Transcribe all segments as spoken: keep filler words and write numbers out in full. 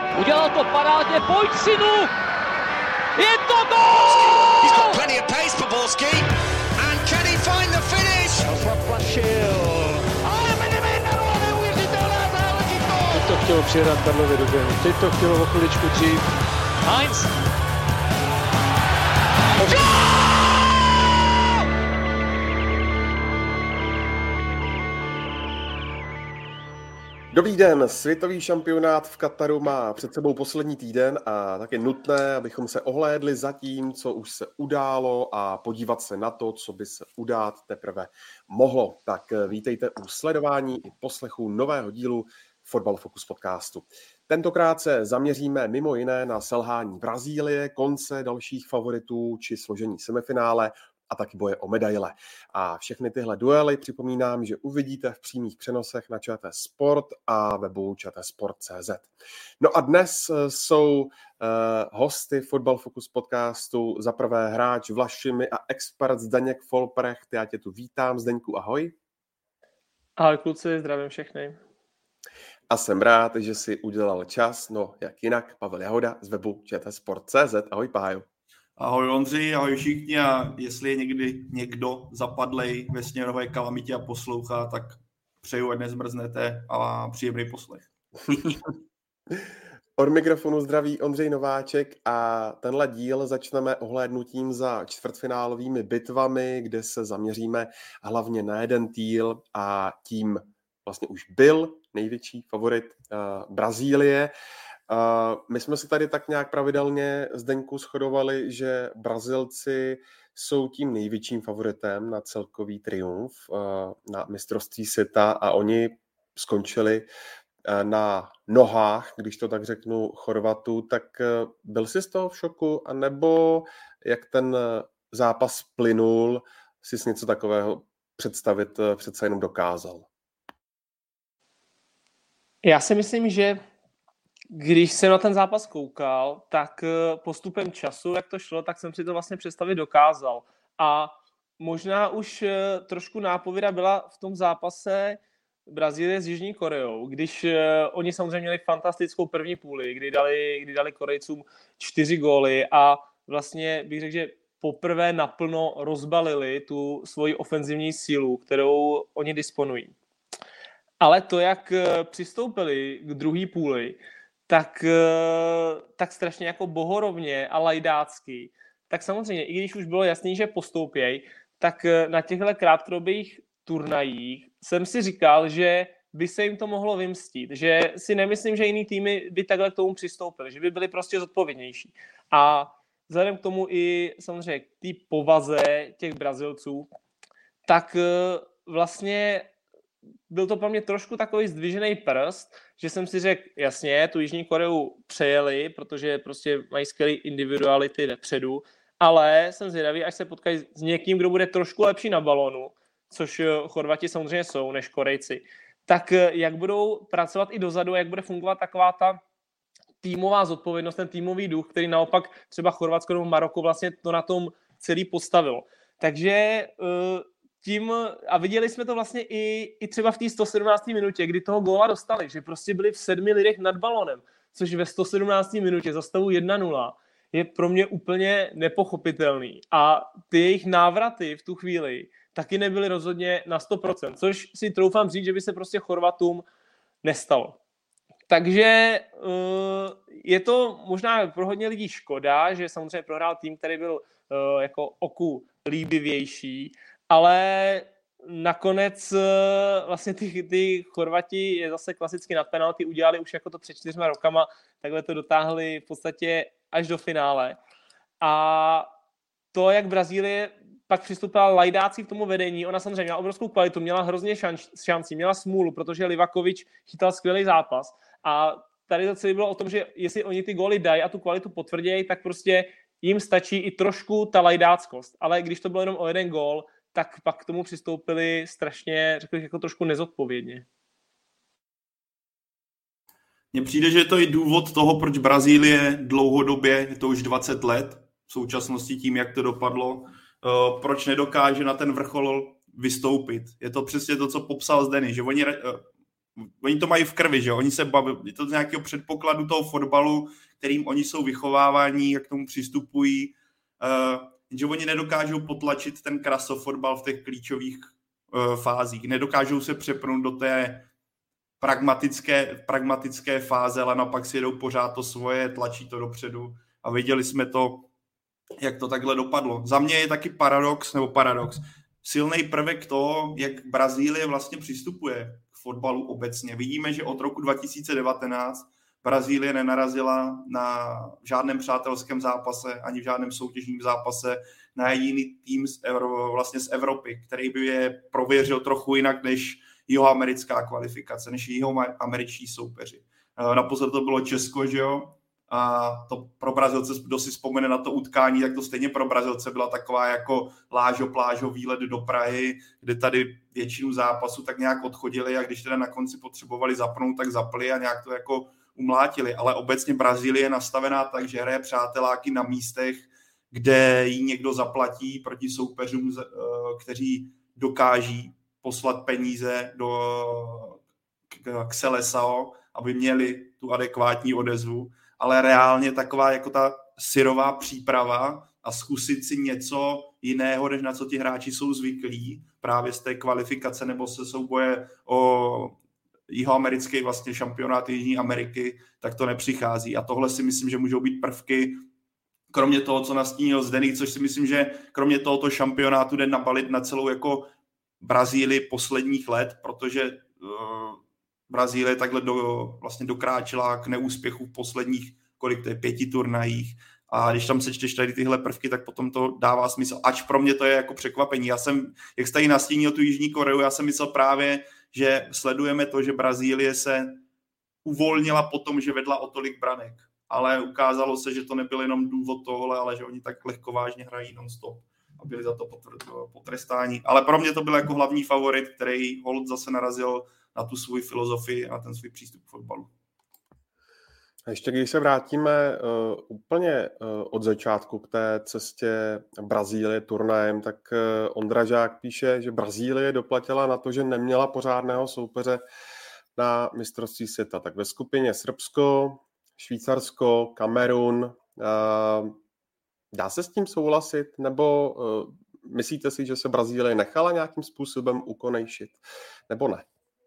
Udělal to parádně, pojď synu! Je to gól! He's got plenty of pace for Borski. And can he find the finish? Ale Benevenero, neuvěřitelná záležitost! Teď to chtělo přijedat Karlově do běhu, teď to chtělo o chviličku dřív. Heinz! Dobrý den, světový šampionát v Kataru má před sebou poslední týden a tak je nutné, abychom se ohlédli za tím, co už se událo a podívat se na to, co by se udát teprve mohlo. Tak vítejte u sledování i poslechu nového dílu Fotbal Focus podcastu. Tentokrát se zaměříme mimo jiné na selhání Brazílie, konce dalších favoritů či složení semifinále a taky boje o medaile. A všechny tyhle duely připomínám, že uvidíte v přímých přenosech na ČT Sport a webu čtsport tečka cé zet. No a dnes jsou uh, hosty Fotbal Focus podcastu za prvé hráč Vlašimi a expert Zdeněk Folprecht. Já tě tu vítám. Zdeňku, ahoj. Ahoj kluci, zdravím všechny. A jsem rád, že si udělal čas, no jak jinak, Pavel Jahoda z webu čtsport tečka cé zet. Ahoj Pájo. Ahoj Ondřej, ahoj všichni a jestli je někdy někdo zapadlej ve sněhové kalamitě a poslouchá, tak přeju, ať nezmrznete a příjemný poslech. Od mikrofonu zdraví Ondřej Nováček a tenhle díl začneme ohlédnutím za čtvrtfinálovými bitvami, kde se zaměříme hlavně na jeden týl a tím vlastně už byl největší favorit uh, Brazílie. Uh, my jsme se tady tak nějak pravidelně Zdeňku shodovali, že Brazilci jsou tím největším favoritem na celkový triumf uh, na mistrovství světa a oni skončili uh, na nohách, když to tak řeknu, Chorvatů. Tak uh, byl jsi z toho v šoku, anebo jak ten zápas plynul, jsi si něco takového představit uh, přece jenom dokázal? Já si myslím, že když jsem na ten zápas koukal, tak postupem času, jak to šlo, tak jsem si to vlastně představit dokázal. A možná už trošku nápověda byla v tom zápase Brazílie s Jižní Koreou, když oni samozřejmě měli fantastickou první půli, kdy dali, kdy dali Korejcům čtyři góly a vlastně bych řekl, že poprvé naplno rozbalili tu svoji ofenzivní sílu, kterou oni disponují. Ale to, jak přistoupili k druhé půli, tak, tak strašně jako bohorovně a lajdácky, tak samozřejmě, i když už bylo jasný, že postoupěj, tak na těchto krátkodobých turnajích jsem si říkal, že by se jim to mohlo vymstít, že si nemyslím, že jiný týmy by takhle k tomu přistoupili, že by byli prostě zodpovědnější. A vzhledem k tomu i samozřejmě k té povaze těch Brazilců, tak vlastně byl to pro mě trošku takový zdvižený prst, že jsem si řekl, jasně, tu Jižní Koreu přejeli, protože prostě mají skvělý individuality vepředu, ale jsem zvědavý, až se potkají s někým, kdo bude trošku lepší na balonu, což Chorvati samozřejmě jsou, než Korejci, tak jak budou pracovat i dozadu, jak bude fungovat taková ta týmová zodpovědnost, ten týmový duch, který naopak třeba Chorvatsko nebo Maroko vlastně to na tom celý postavilo. Takže tím, a viděli jsme to vlastně i, i třeba v té sto sedmnácté minutě, kdy toho góla dostali, že prostě byli v sedmi lidech nad balonem, což ve sto sedmnácté minutě za stavu jedna nula je pro mě úplně nepochopitelný. A ty jejich návraty v tu chvíli taky nebyly rozhodně na sto procent, což si troufám říct, že by se prostě Chorvatům nestalo. Takže je to možná pro hodně lidí škoda, že samozřejmě prohrál tým, který byl jako oku líbivější, ale nakonec vlastně ty, ty Chorvati je zase klasicky na penalty udělali už jako to před čtyřma rokama, takhle to dotáhli v podstatě až do finále. A to, jak Brazílie pak přistoupila lajdáci k tomu vedení, ona samozřejmě měla obrovskou kvalitu, měla hrozně šancí, měla smůlu, protože Livakovič chytal skvělý zápas a tady to celé bylo o tom, že jestli oni ty góly dají a tu kvalitu potvrdějí, tak prostě jim stačí i trošku ta lajdáckost. Ale když to bylo jenom o jeden gól, tak pak k tomu přistoupili strašně, řekl bych, jako trošku nezodpovědně. Mně přijde, že je to i důvod toho, proč Brazílie dlouhodobě, je to už dvacet let, v současnosti tím, jak to dopadlo, proč nedokáže na ten vrchol vystoupit. Je to přesně to, co popsal Zdeny, že oni, oni to mají v krvi, že oni se baví, je to z nějakého předpokladu toho fotbalu, kterým oni jsou vychováváni, jak k tomu přistupují, uh, že oni nedokážou potlačit ten krasofotbal v těch klíčových uh, fázích, nedokážou se přepnout do té pragmatické, pragmatické fáze, ale naopak si jedou pořád to svoje, tlačí to dopředu a viděli jsme to, jak to takhle dopadlo. Za mě je taky paradox, nebo paradox, silný prvek toho, jak Brazílie vlastně přistupuje k fotbalu obecně. Vidíme, že od roku dva tisíce devatenáct Brazílie nenarazila na žádném přátelském zápase, ani v žádném soutěžním zápase na jediný tým z, Euro, vlastně z Evropy, který by je prověřil trochu jinak než jihoamerická kvalifikace, než jihoameričtí soupeři. Naposled to bylo Česko, že jo? A to pro Brazilce, kdo si vzpomene na to utkání, tak to stejně pro Brazilce byla taková jako lážo plážo výlet do Prahy, kde tady většinu zápasu tak nějak odchodili a když teda na konci potřebovali zapnout, tak zapli a nějak to jako umlátili. Ale obecně Brazílie je nastavená tak, že hraje přáteláky na místech, kde jí někdo zaplatí proti soupeřům, kteří dokáží poslat peníze do k Seleção, aby měli tu adekvátní odezvu, ale reálně taková jako ta syrová příprava a zkusit si něco jiného, než na co ti hráči jsou zvyklí, právě z té kvalifikace nebo se souboje o jihoamerický vlastně šampionát Jižní Ameriky, tak to nepřichází. A tohle si myslím, že můžou být prvky, kromě toho, co nastínil Zdeněk, což si myslím, že kromě tohoto šampionátu jde nabalit na celou jako Brazílii posledních let, protože uh, Brazílie takhle do, vlastně dokráčela k neúspěchu v posledních, kolik to je, pěti turnajích. A když tam sečteš tady tyhle prvky, tak potom to dává smysl. Ač pro mě to je jako překvapení. Já jsem, jak jsi tady nastínil tu Jižní Koreu, já jsem myslel právě, že sledujeme to, že Brazílie se uvolnila po tom, že vedla o tolik branek. Ale ukázalo se, že to nebyl jenom důvod tohle, ale že oni tak lehkovážně hrají non-stop a byli za to potrestáni. Ale pro mě to byl jako hlavní favorit, který holt zase narazil na tu svou filozofii a ten svůj přístup k fotbalu. A ještě když se vrátíme uh, úplně uh, od začátku k té cestě Brazílie turnajem, tak uh, Ondra Žák píše, že Brazílie doplatila na to, že neměla pořádného soupeře na mistrovství světa. Tak ve skupině Srbsko, Švýcarsko, Kamerun. Uh, dá se s tím souhlasit? Nebo uh, myslíte si, že se Brazílie nechala nějakým způsobem ukonejšit? Nebo ne?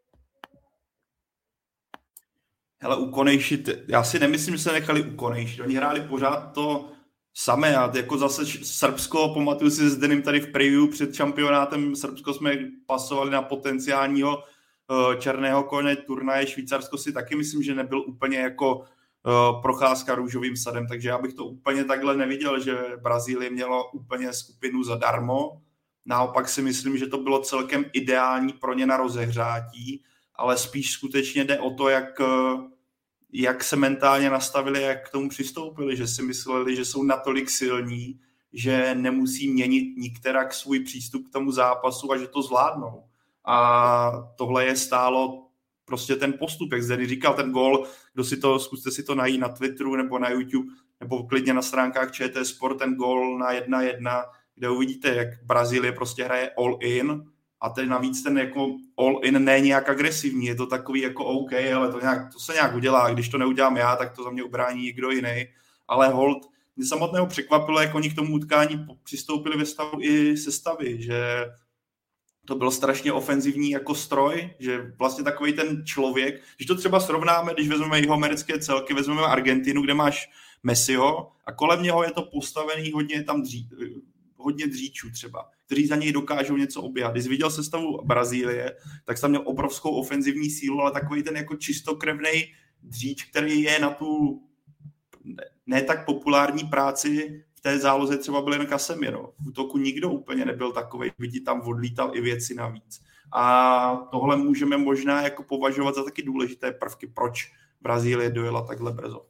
Hele, ukonejšit, já si nemyslím, že se nechali ukonejšit. Oni hráli pořád to samé. A jako zase Srbsko, pamatuju si s Denim tady v preview před šampionátem, Srbsko jsme pasovali na potenciálního uh, černého koně turnaje. Švýcarsko si taky myslím, že nebyl úplně jako uh, procházka růžovým sadem, takže já bych to úplně takhle neviděl, že Brazílie mělo úplně skupinu zadarmo. Naopak si myslím, že to bylo celkem ideální pro ně na rozehřátí, ale spíš skutečně jde o to, jak, jak se mentálně nastavili, jak k tomu přistoupili, že si mysleli, že jsou natolik silní, že nemusí měnit nikterak svůj přístup k tomu zápasu a že to zvládnou. A tohle je stálo prostě ten postup, jak zde říkal ten gól, kdo si to, zkuste si to najít na Twitteru nebo na YouTube, nebo klidně na stránkách ČT Sport, ten gól na jedna jedna, kde uvidíte, jak Brazílie prostě hraje all in. A ten navíc ten jako all-in není nějak agresivní, je to takový jako OK, ale to, nějak, to se nějak udělá, když to neudělám já, tak to za mě ubrání někdo jiný. Ale hold, mě samotného překvapilo, jak oni k tomu utkání přistoupili ve stavu i sestavy, že to byl strašně ofenzivní jako stroj, že vlastně takový ten člověk, když to třeba srovnáme, když vezmeme jihoamerické celky, vezmeme Argentinu, kde máš Messiho a kolem něho je to postavený hodně tam dří, hodně dříčů třeba, kteří za něj dokážou něco oběhat. Když jsi viděl sestavu Brazílie, tak tam měl obrovskou ofenzivní sílu, ale takový ten jako čistokrevnej dříč, který je na tu ne, ne tak populární práci v té záloze třeba byl jen Casemiro. V útoku nikdo úplně nebyl takovej, vidí tam odlítal i věci navíc. A tohle můžeme možná jako považovat za taky důležité prvky, proč Brazílie dojela takhle brzo.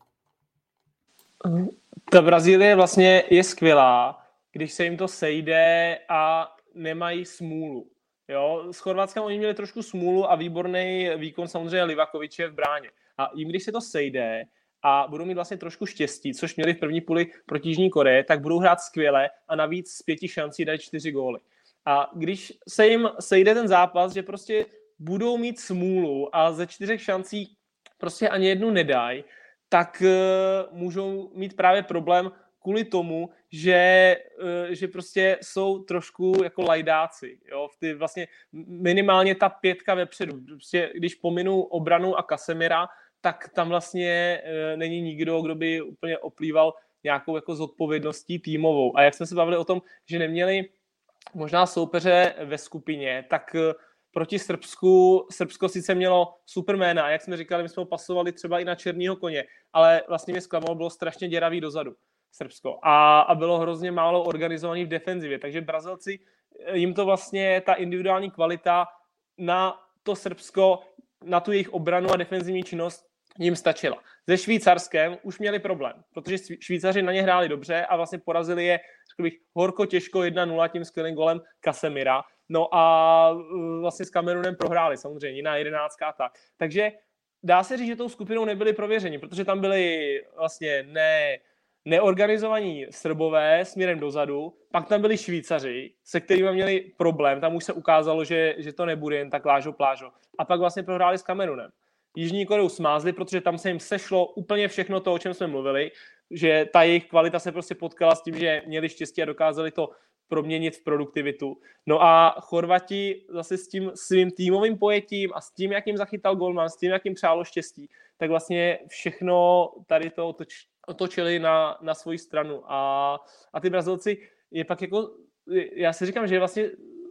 Ta Brazílie vlastně je skvělá, když se jim to sejde a nemají smůlu. Jo? S Chorvatskem oni měli trošku smůlu a výborný výkon samozřejmě Livakoviče v bráně. A jim, když se to sejde a budou mít vlastně trošku štěstí, což měli v první půli proti Jižní Koreji, tak budou hrát skvěle a navíc z pěti šancí dají čtyři góly. A když se jim sejde ten zápas, že prostě budou mít smůlu a ze čtyřech šancí prostě ani jednu nedají, tak uh, můžou mít právě problém kvůli tomu, že, uh, že prostě jsou trošku jako lajdáci. Jo? V ty vlastně minimálně ta pětka vepředu. Prostě, když pominu obranu a Casemira, tak tam vlastně uh, není nikdo, kdo by úplně oplýval nějakou jako zodpovědností týmovou. A jak jsme se bavili o tom, že neměli možná soupeře ve skupině, tak uh, proti Srbsku, Srbsko sice mělo superména, a jak jsme říkali, my jsme ho pasovali třeba i na černýho koně, ale vlastně mě zklamalo, bylo strašně děravý dozadu Srbsko a, a bylo hrozně málo organizovaný v defenzivě, takže Brazilci, jim to vlastně, ta individuální kvalita na to Srbsko, na tu jejich obranu a defenzivní činnost jim stačila. Se Švýcarskem už měli problém, protože Švýcaři na ně hráli dobře a vlastně porazili je, řekl bych, horko těžko jedna nula tím skvělým golem Casemira. No a vlastně s Kamerunem prohráli samozřejmě na jedenáctka tak. Takže dá se říct, že tou skupinou nebyli prověřeni, protože tam byli vlastně ne, neorganizovaní Srbové směrem dozadu, pak tam byli Švýcaři, se kterými měli problém, tam už se ukázalo, že, že to nebude jen tak lážo plážo. A pak vlastně prohráli s Kamerunem. Jižní Koreu smázli, protože tam se jim sešlo úplně všechno to, o čem jsme mluvili, že ta jejich kvalita se prostě potkala s tím, že měli štěstí a dokázali to proměnit v produktivitu. No a Chorvati zase s tím svým týmovým pojetím a s tím, jakým zachytal golman, s tím, jakým přálo štěstí, tak vlastně všechno tady to otoč, otočili na, na svoji stranu. A, a ty Brazilci je pak jako, já si říkám, že je vlastně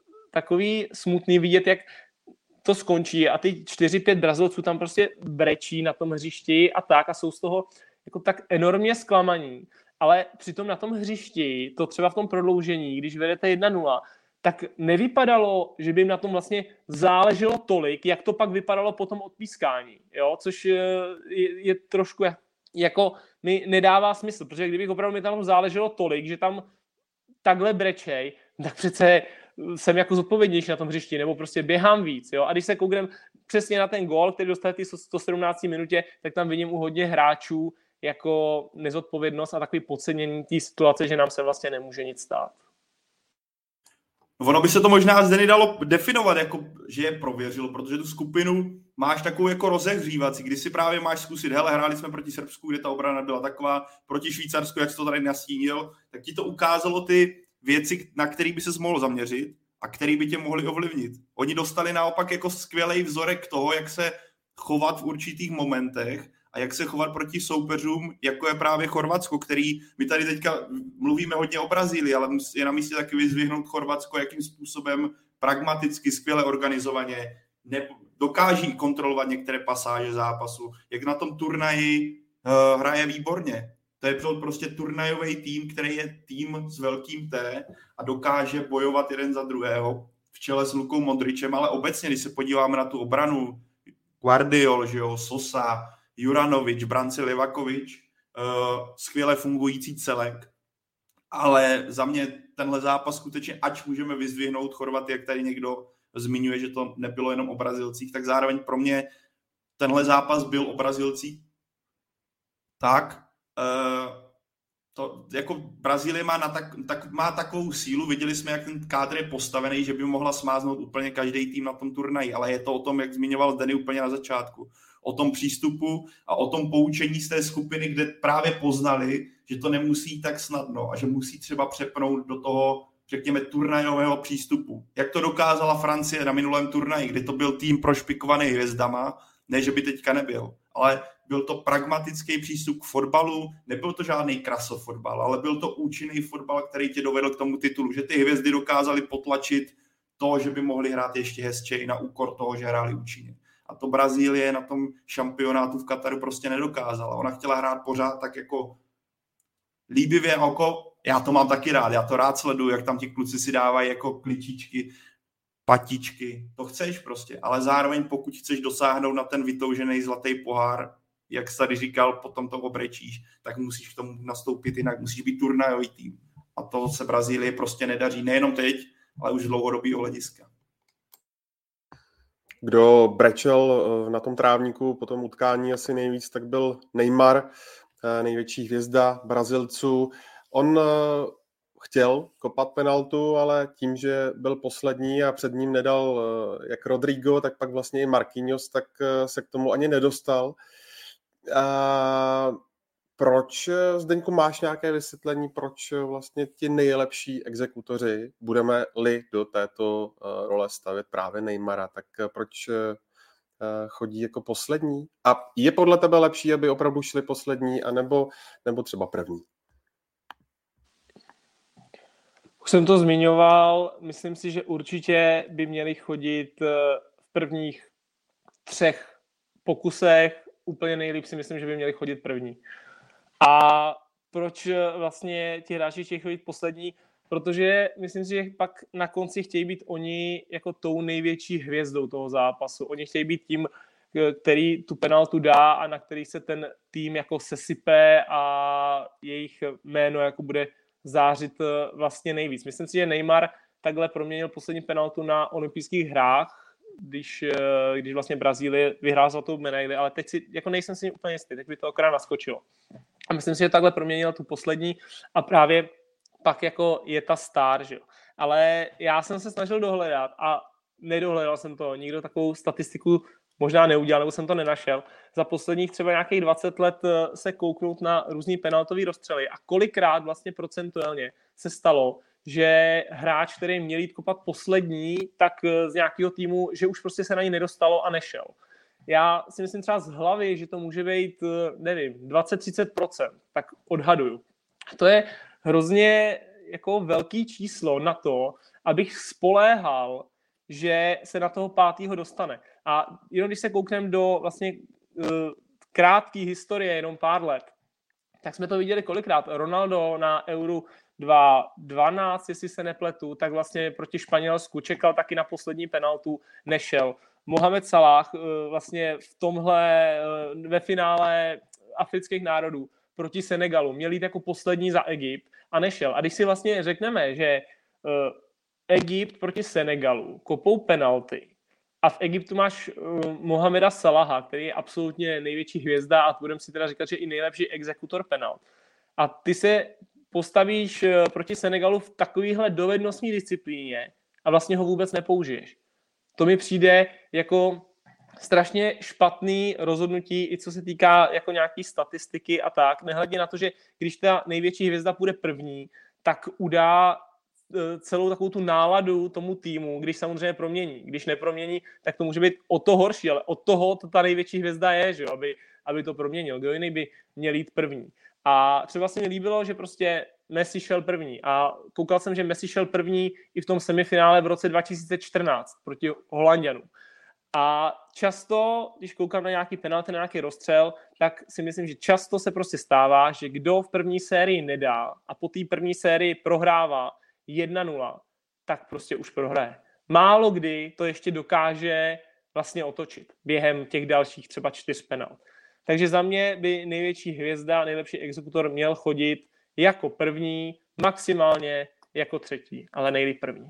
takový smutný vidět, jak to skončí a ty čtyři pět Brazilců tam prostě brečí na tom hřišti a tak a jsou z toho jako tak enormně zklamaní. Ale přitom na tom hřišti, to třeba v tom prodloužení, když vedete jedna nula, tak nevypadalo, že by jim na tom vlastně záleželo tolik, jak to pak vypadalo po tom odpískání. Jo? Což je, je trošku jako mi nedává smysl, protože kdybych opravdu mi tam záleželo tolik, že tam takhle brečej, tak přece jsem jako zodpovědnější na tom hřišti, nebo prostě běhám víc. Jo? A když se kouknem přesně na ten gól, který dostal v sto sedmnácté minutě, tak tam vidím u hodně hráčů jako nezodpovědnost a takový podcenění té situace, že nám se vlastně nemůže nic stát. Ono by se to možná zde nedalo definovat, jako, že je prověřilo, protože tu skupinu máš takovou jako rozehřívací, kdy si právě máš zkusit, hele, hráli jsme proti Srbsku, kde ta obrana byla taková, proti Švýcarsku, jak jsi to tady nastínil, tak ti to ukázalo ty věci, na který by ses mohl zaměřit a který by tě mohli ovlivnit. Oni dostali naopak jako skvělý vzorek toho, jak se chovat v určitých momentech a jak se chovat proti soupeřům, jako je právě Chorvatsko, který my tady teďka mluvíme hodně o Brazílii, ale je na místě taky vyzvihnout Chorvatsko, jakým způsobem pragmaticky, skvěle organizovaně ne, dokáží kontrolovat některé pasáže zápasu, jak na tom turnaji uh, hraje výborně. To je prostě turnajový tým, který je tým s velkým T a dokáže bojovat jeden za druhého v čele s Lukou Modričem, ale obecně, když se podíváme na tu obranu, Guardiol, že jo, Sosa, Juranovič, Branci Livakovič, uh, skvěle fungující celek, ale za mě tenhle zápas skutečně, ač můžeme vyzdvihnout Chorvaty, jak tady někdo zmiňuje, že to nebylo jenom o Brazilcích, tak zároveň pro mě tenhle zápas byl o Brazilcích. Tak, uh, to, jako Brazílie má, na tak, tak, má takovou sílu, viděli jsme, jak ten kádr je postavený, že by mohla smáznout úplně každý tým na tom turnaji, ale je to o tom, jak zmiňoval Denny úplně na začátku, o tom přístupu a o tom poučení z té skupiny, kde právě poznali, že to nemusí tak snadno a že musí třeba přepnout do toho, řekněme, turnajového přístupu. Jak to dokázala Francie na minulém turnaji, kde to byl tým prošpikovaný hvězdama, ne, že by teďka nebyl, ale byl to pragmatický přístup k fotbalu, nebyl to žádný krasofotbal, ale byl to účinný fotbal, který tě dovedl k tomu titulu, že ty hvězdy dokázaly potlačit to, že by mohli hrát ještě hezčej na úkor toho, že hráli účinně. A to Brazílie na tom šampionátu v Kataru prostě nedokázala. Ona chtěla hrát pořád tak jako líbivě oko. Já to mám taky rád, já to rád sleduju, jak tam ti kluci si dávají jako kličičky, patičky. To chceš prostě, ale zároveň pokud chceš dosáhnout na ten vytoužený zlatý pohár, jak jsi tady říkal, potom to obrečíš, tak musíš k tomu nastoupit jinak, musíš být turnajový tým. A to se Brazílii prostě nedaří, nejenom teď, ale už dlouhodobýho hlediska. Kdo brečel na tom trávníku po tom utkání asi nejvíc, tak byl Neymar, největší hvězda Brazilců. On chtěl kopat penaltu, ale tím, že byl poslední a před ním nedal jak Rodrigo, tak pak vlastně i Marquinhos, tak se k tomu ani nedostal. A proč, Zdeňku, máš nějaké vysvětlení, proč vlastně ti nejlepší exekutoři, budeme-li do této role stavět právě Neymara, tak proč chodí jako poslední? A je podle tebe lepší, aby opravdu šli poslední, anebo, nebo třeba první? Už jsem to zmiňoval, myslím si, že určitě by měli chodit v prvních třech pokusech, úplně nejlíp si myslím, že by měli chodit první. A proč vlastně ti hráči chtějí chodit poslední? Protože myslím si, že pak na konci chtějí být oni jako tou největší hvězdou toho zápasu. Oni chtějí být tím, který tu penaltu dá a na který se ten tým jako sesype a jejich jméno jako bude zářit vlastně nejvíc. Myslím si, že Neymar takhle proměnil poslední penaltu na olympijských hrách, když, když vlastně Brazílie vyhrál zlatou medaili, ale teď si, jako nejsem si úplně jistý, teď by to akorát naskočilo. A myslím si, že takhle proměnil tu poslední a právě pak jako je ta star, že jo. Ale já jsem se snažil dohledat a nedohledal jsem to, nikdo takovou statistiku možná neudělal, nebo jsem to nenašel. Za posledních třeba nějakých dvacet let se kouknout na různý penaltový rozstřely a kolikrát vlastně procentuálně se stalo, že hráč, který měl jít kopat poslední, tak z nějakého týmu, že už prostě se na ní nedostalo a nešel. Já si myslím třeba z hlavy, že to může být, nevím, dvacet až třicet procent, tak odhaduju. To je hrozně jako velký číslo na to, abych spoléhal, že se na toho pátýho dostane. A jenom když se koukneme do vlastně uh, krátké historie, jenom pár let, tak jsme to viděli kolikrát. Ronaldo na Euro dva tisíce dvanáct, jestli se nepletu, tak vlastně proti Španělsku čekal taky na poslední penaltu, nešel. Mohamed Salah uh, vlastně v tomhle uh, ve finále afrických národů proti Senegalu měl jít jako poslední za Egypt a nešel. A když si vlastně řekneme, že uh, Egypt proti Senegalu kopou penalty a v Egyptu máš uh, Mohameda Salaha, který je absolutně největší hvězda a budeme si teda říkat, že i nejlepší exekutor penalt. A ty se postavíš uh, proti Senegalu v takovéhle dovednostní disciplíně a vlastně ho vůbec nepoužiješ. To mi přijde jako strašně špatný rozhodnutí, i co se týká jako nějaký statistiky a tak. Nehledě na to, že když ta největší hvězda půjde první, tak udá celou takovou tu náladu tomu týmu, když samozřejmě promění. Když nepromění, tak to může být o to horší, ale od toho to ta největší hvězda je, že? Aby, aby to proměnil. Kdo jiný by měl jít první. A třeba se mi líbilo, že prostě Messi šel první. A koukal jsem, že Messi šel první i v tom semifinále v roce dva tisíce čtrnáct proti Holanďanům. A často, když koukám na nějaký penalty, na nějaký rozstřel, tak si myslím, že často se prostě stává, že kdo v první sérii nedá a po té první sérii prohrává jedna nula, tak prostě už prohraje. Málo kdy to ještě dokáže vlastně otočit během těch dalších třeba čtyř penalt. Takže za mě by největší hvězda, nejlepší exekutor měl chodit jako první, maximálně jako třetí, ale nejlíp první.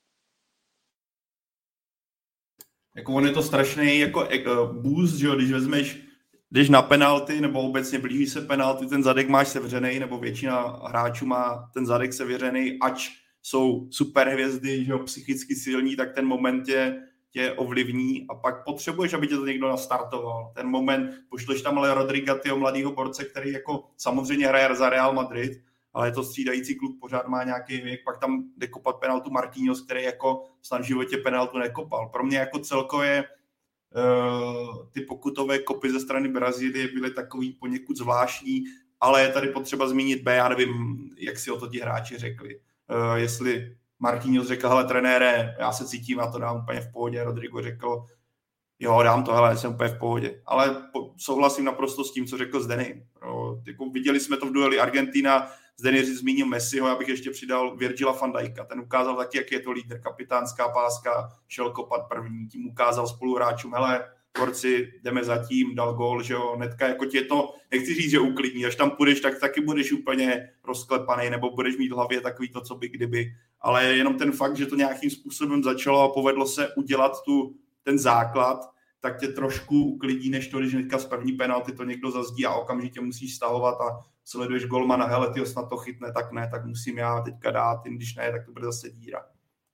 Jako on je to strašný jako boost, že jo, když vezmeš, když na penalty, nebo obecně blíží se penalty, ten zadek máš sevřený, nebo většina hráčů má ten zadek sevěřený, ač jsou super hvězdy, že jo, psychicky silní, tak ten moment tě, tě ovlivní a pak potřebuješ, aby tě to někdo nastartoval. Ten moment, pošleš tam ale Rodriga, tyho mladýho borce, který jako samozřejmě hraje za Real Madrid, ale je to střídající kluk, pořád má nějaký věk, pak tam jde kopat penaltu Marquinhos, který jako snad v životě penaltu nekopal. Pro mě jako celkově uh, ty pokutové kopy ze strany Brazílie byly takový poněkud zvláštní, ale je tady potřeba zmínit B, já nevím, jak si o to ti hráči řekli. Uh, jestli Marquinhos řekl, hele trenére, já se cítím, já to dám úplně v pohodě, Rodrigo řekl, jo, dám to, hele, jsem úplně v pohodě. Ale po, souhlasím naprosto s tím, co řekl Zdeny. No, jako viděli jsme to v dueli Argentina, Zdeny zmínil Messiho, já bych ještě přidal Virgila van Dijka. Ten ukázal taky, jak je to lídr, kapitánská páska, šel kopat první, tím ukázal spoluhráčům, hele, borci, jdeme za tím, dal gól, že jo, hnedka, jako tě to, nechci říct, že uklidní, až tam půjdeš, tak taky budeš úplně rozklepaný, nebo budeš mít v hlavě takový to, co by kdyby, ale jenom ten fakt, že to nějakým způsobem začalo a povedlo se udělat tu, ten základ, tak tě trošku uklidí, než to, když hnedka z první penalty to někdo zazdí a okamžitě musíš stahovat a sleduješ golmana, hele, tyjo, snad to chytne, tak ne, tak musím já teďka dát, když ne, tak to bude zase díra.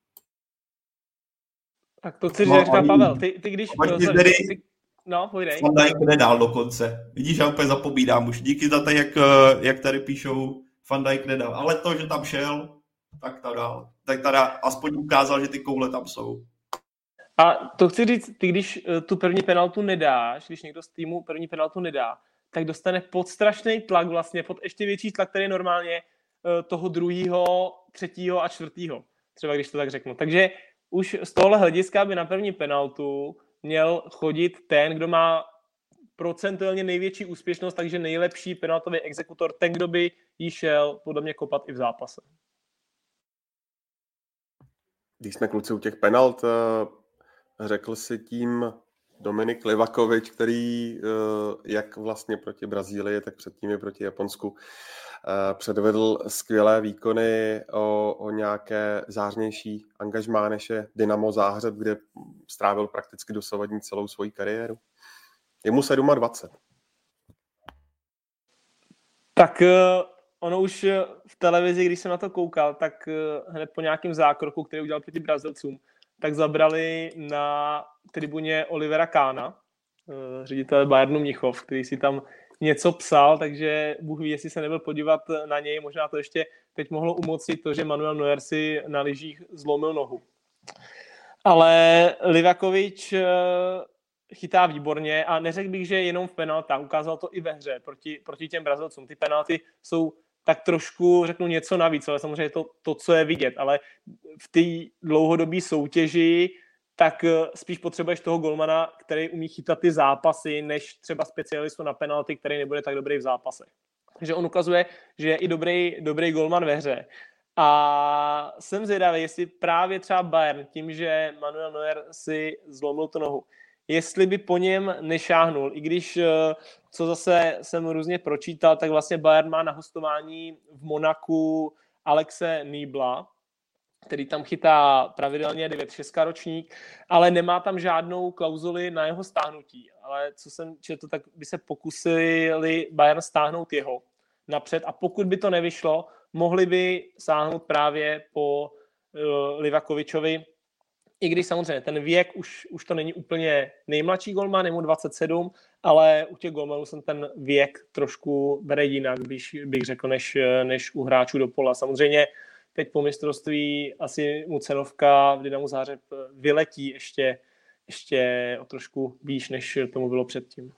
Tak to chci No, říká oni- Pavel, ty, ty když... oni ty, tedy- ty, no, pojdej. Van Dijk nedal dokonce. Vidíš, já úplně zapomínám už. Díky za to, jak, jak tady píšou, Van Dijk nedal. Ale to, že tam šel, tak to dal. Tak teda aspoň ukázal, že ty koule tam jsou. A to chci říct, ty když eh, tu první penaltu nedáš, když někdo z týmu první penaltu nedá, tak dostane pod strašný tlak vlastně, pod ještě větší tlak, který je normálně eh, toho druhého, třetího a čtvrtýho. Třeba když to tak řeknu. Takže už z tohohle hlediska by na první penaltu měl chodit ten, kdo má procentuálně největší úspěšnost, takže nejlepší penaltový exekutor, ten, kdo by jí šel podle mě kopat i v zápase. Když jsme kluci u těch penalt, eh, řekl si tím Dominik Livakovič, který eh, jak vlastně proti Brazílii, tak předtím i proti Japonsku eh, předvedl skvělé výkony o, o nějaké zářnější angažmá, než je Dynamo Záhřeb, kde strávil prakticky dosavadní celou svoji kariéru. Je mu dvacet sedm. Tak ono už v televizi, když jsem na to koukal, tak hned po nějakém zákroku, který udělal proti Brazilcům, tak zabrali na tribuně Olivera Kahna, ředitele Bayernu Mnichov, který si tam něco psal, takže Bůh ví, jestli se nebyl podívat na něj, možná to ještě teď mohlo umocnit to, že Manuel Neuer si na lyžích zlomil nohu. Ale Livakovič chytá výborně a neřekl bych, že jenom v penaltách, ukázal to i ve hře proti, proti těm Brazilcům. Ty penalty jsou tak trošku, řeknu, něco navíc, ale samozřejmě to, to co je vidět, ale v té dlouhodobé soutěži tak spíš potřebuješ toho golmana, který umí chytat ty zápasy, než třeba specialistu na penalty, který nebude tak dobrý v zápasech. Takže on ukazuje, že je i dobrý, dobrý golman ve hře. A jsem zvědavý, jestli právě třeba Bayern tím, že Manuel Neuer si zlomil tu nohu, jestli by po něm nešáhnul, i když, co zase jsem různě pročítal, tak vlastně Bayern má na hostování v Monaku Alexe Nýbla, který tam chytá pravidelně devět šest ročník, ale nemá tam žádnou klauzuli na jeho stáhnutí. Ale co jsem četl, tak by se pokusili Bayern stáhnout jeho napřed a pokud by to nevyšlo, mohli by sáhnout právě po uh, Livakovičovi, i když samozřejmě ten věk už, už to není úplně nejmladší golman, je mu dvacet sedm, ale u těch golmanů jsem ten věk trošku bere jinak, bych, bych řekl, než, než u hráčů do pola. Samozřejmě teď po mistrovství asi mu cenovka v Dynamu Záhřeb vyletí ještě, ještě o trošku výš, než tomu bylo předtím.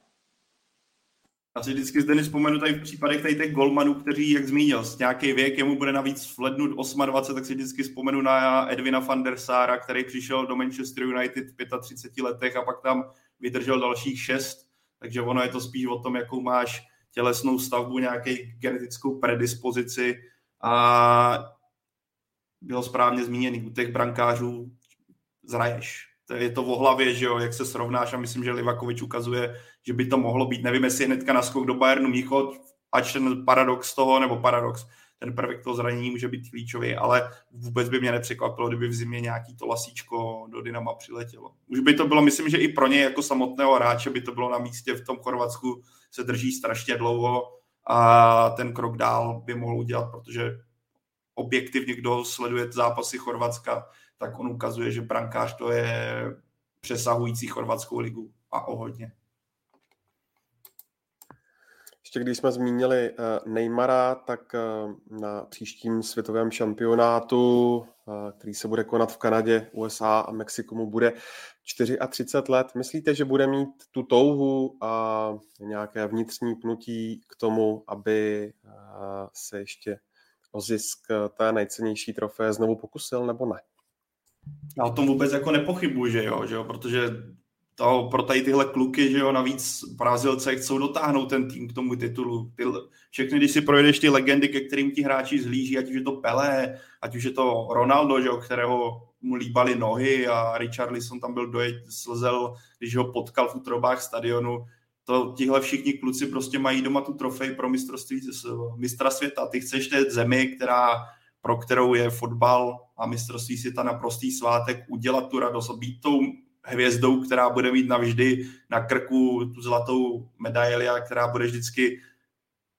Asi vždycky zde nevzpomenu tady v případech tady těch golmanů, kteří, jak zmínil, s nějaký věk, jemu bude navíc v lednu dvacet osm, tak si vždycky vzpomenu na Edwina van der Sara, který přišel do Manchester United v třiceti pěti letech a pak tam vydržel dalších šest, takže ono je to spíš o tom, jakou máš tělesnou stavbu, nějakou genetickou predispozici a bylo správně zmíněný, u těch brankářů zraješ. Je to o hlavě, že jo, jak se srovnáš a myslím, že Livakovič ukazuje, že by to mohlo být. Nevím, jestli je hnedka naskok do Bayernu Mnichov, ač ten paradox toho, nebo paradox, ten prvek toho zranění může být klíčový, ale vůbec by mě nepřekvapilo, kdyby v zimě nějaký to lasíčko do Dynama přiletělo. Už by to bylo, myslím, že i pro něj jako samotného hráče by to bylo na místě. V tom Chorvatsku se drží strašně dlouho a ten krok dál by mohl udělat, protože objektivně, kdo sleduje zápasy Chorvatska, tak on ukazuje, že brankář to je přesahující chorvatskou ligu a o hodně. Ještě když jsme zmínili uh, Neymara, tak uh, na příštím světovém šampionátu, uh, který se bude konat v Kanadě, U S A a Mexiku, mu bude třicet čtyři let. Myslíte, že bude mít tu touhu a nějaké vnitřní pnutí k tomu, aby uh, se ještě o zisk té nejcennější trofeje znovu pokusil, nebo ne? Já o tom vůbec jako nepochybuji, že jo, že jo, protože to, pro tady tyhle kluky, že jo, navíc Brazilce chcou dotáhnout ten tým k tomu titulu. Ty, všechny, když si projedeš ty legendy, ke kterým ti hráči zhlíží, ať už je to Pelé, ať už je to Ronaldo, že jo, kterého mu líbaly nohy a Richarlison tam byl dojeď, slzel, když ho potkal v útrobách stadionu. To tihle všichni kluci prostě mají doma tu trofej pro mistrovství mistra světa. Ty chceš té zemi, která, pro kterou je fotbal a mistrovství světa naprostý svátek, udělat tu radost a být tou hvězdou, která bude mít navždy na krku tu zlatou medaili a která bude vždycky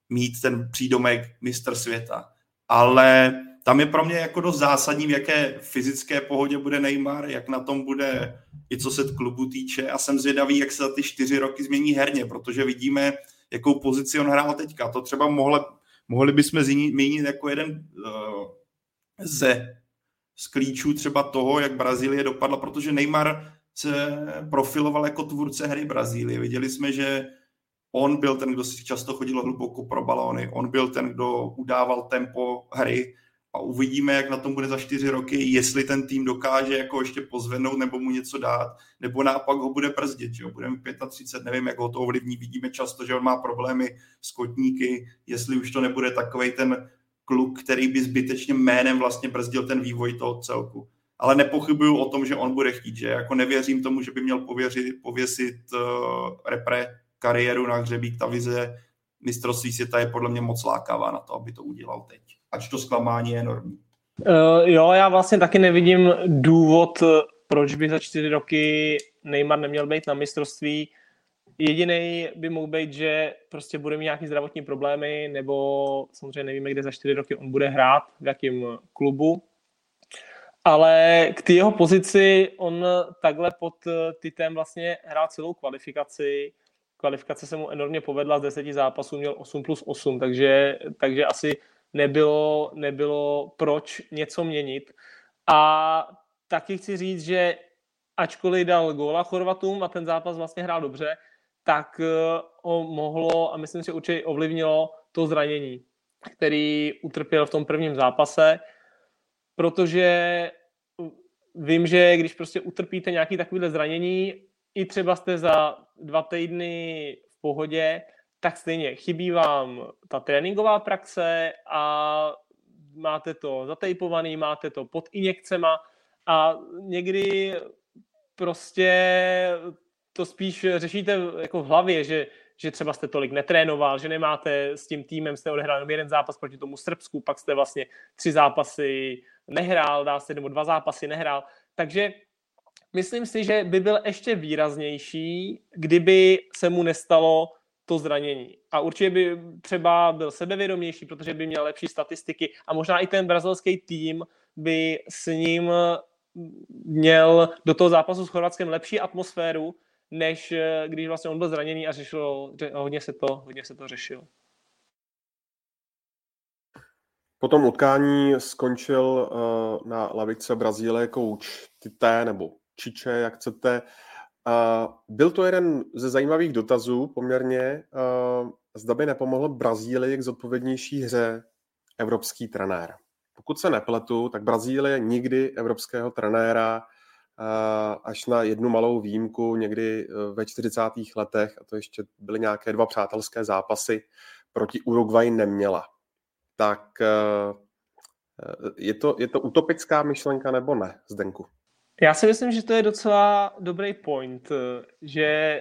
mít ten přídomek mistr světa. Ale tam je pro mě jako dost zásadní, v jaké fyzické pohodě bude Neymar, jak na tom bude i co se klubu týče. A jsem zvědavý, jak se za ty čtyři roky změní herně, protože vidíme, jakou pozici on hrál teďka. To třeba mohli, mohli bychom zmínit jako jeden uh, ze z klíčů třeba toho, jak Brazílie dopadla, protože Neymar se profiloval jako tvůrce hry Brazílie. Viděli jsme, že on byl ten, kdo si často chodil hluboko pro balóny, on byl ten, kdo udával tempo hry a uvidíme, jak na tom bude za čtyři roky, jestli ten tým dokáže jako ještě pozvednout nebo mu něco dát, nebo naopak ho bude brzdit, že jo, bude mu třicet pět, nevím, jak ho to ovlivní, vidíme často, že on má problémy s kotníky, jestli už to nebude takovej ten kluk, který by zbytečně jménem vlastně brzdil ten vývoj toho celku. Ale nepochybuju o tom, že on bude chtít, že jako nevěřím tomu, že by měl pověřit, pověsit uh, repre kariéru na hřebík. Ta vize mistrovství světa je podle mě moc lákavá na to, aby to udělal teď. Ač to zklamání je enormní. Uh, jo, já vlastně taky nevidím důvod, proč by za čtyři roky Neymar neměl být na mistrovství. Jedinej by mohl být, že prostě bude mít nějaký zdravotní problémy, nebo samozřejmě nevíme, kde za čtyři roky on bude hrát, v jakém klubu. Ale k té jeho pozici on takhle pod Titem vlastně hrál celou kvalifikaci. Kvalifikace se mu enormně povedla, z deseti zápasů měl osm plus osm, takže, takže asi nebylo, nebylo proč něco měnit. A taky chci říct, že ačkoliv dal góla Chorvatům a ten zápas vlastně hrál dobře, tak ho mohlo, a myslím si, že určitě ovlivnilo to zranění, který utrpěl v tom prvním zápase, protože vím, že když prostě utrpíte nějaké takovéhle zranění, i třeba jste za dva týdny v pohodě, tak stejně chybí vám ta tréninková praxe a máte to zatejpovaný, máte to pod injekcema a někdy prostě to spíš řešíte jako v hlavě, že, že třeba jste tolik netrénoval, že nemáte s tím týmem, jste odehrál jenom jeden zápas proti tomu Srbsku, pak jste vlastně tři zápasy nehrál, dá se, nebo dva zápasy nehrál. Takže myslím si, že by byl ještě výraznější, kdyby se mu nestalo to zranění. A určitě by třeba byl sebevědomější, protože by měl lepší statistiky a možná i ten brazilský tým by s ním měl do toho zápasu s Chorvatskem lepší atmosféru, než když vlastně on byl zraněný a řešilo, hodně se to, hodně se to řešilo. Po tom utkání skončil uh, na lavice Brazílie kouč Tite nebo Čiče, jak chcete. Uh, byl to jeden ze zajímavých dotazů poměrně. Uh, zda by nepomohl Brazílii k zodpovědnější hře evropský trenér. Pokud se nepletu, tak Brazílie nikdy evropského trenéra uh, až na jednu malou výjimku někdy ve čtyřicátých letech, a to ještě byly nějaké dva přátelské zápasy, proti Uruguayi neměla. Tak uh, je to, je to utopická myšlenka nebo ne, Zdenku? Já si myslím, že to je docela dobrý point, že,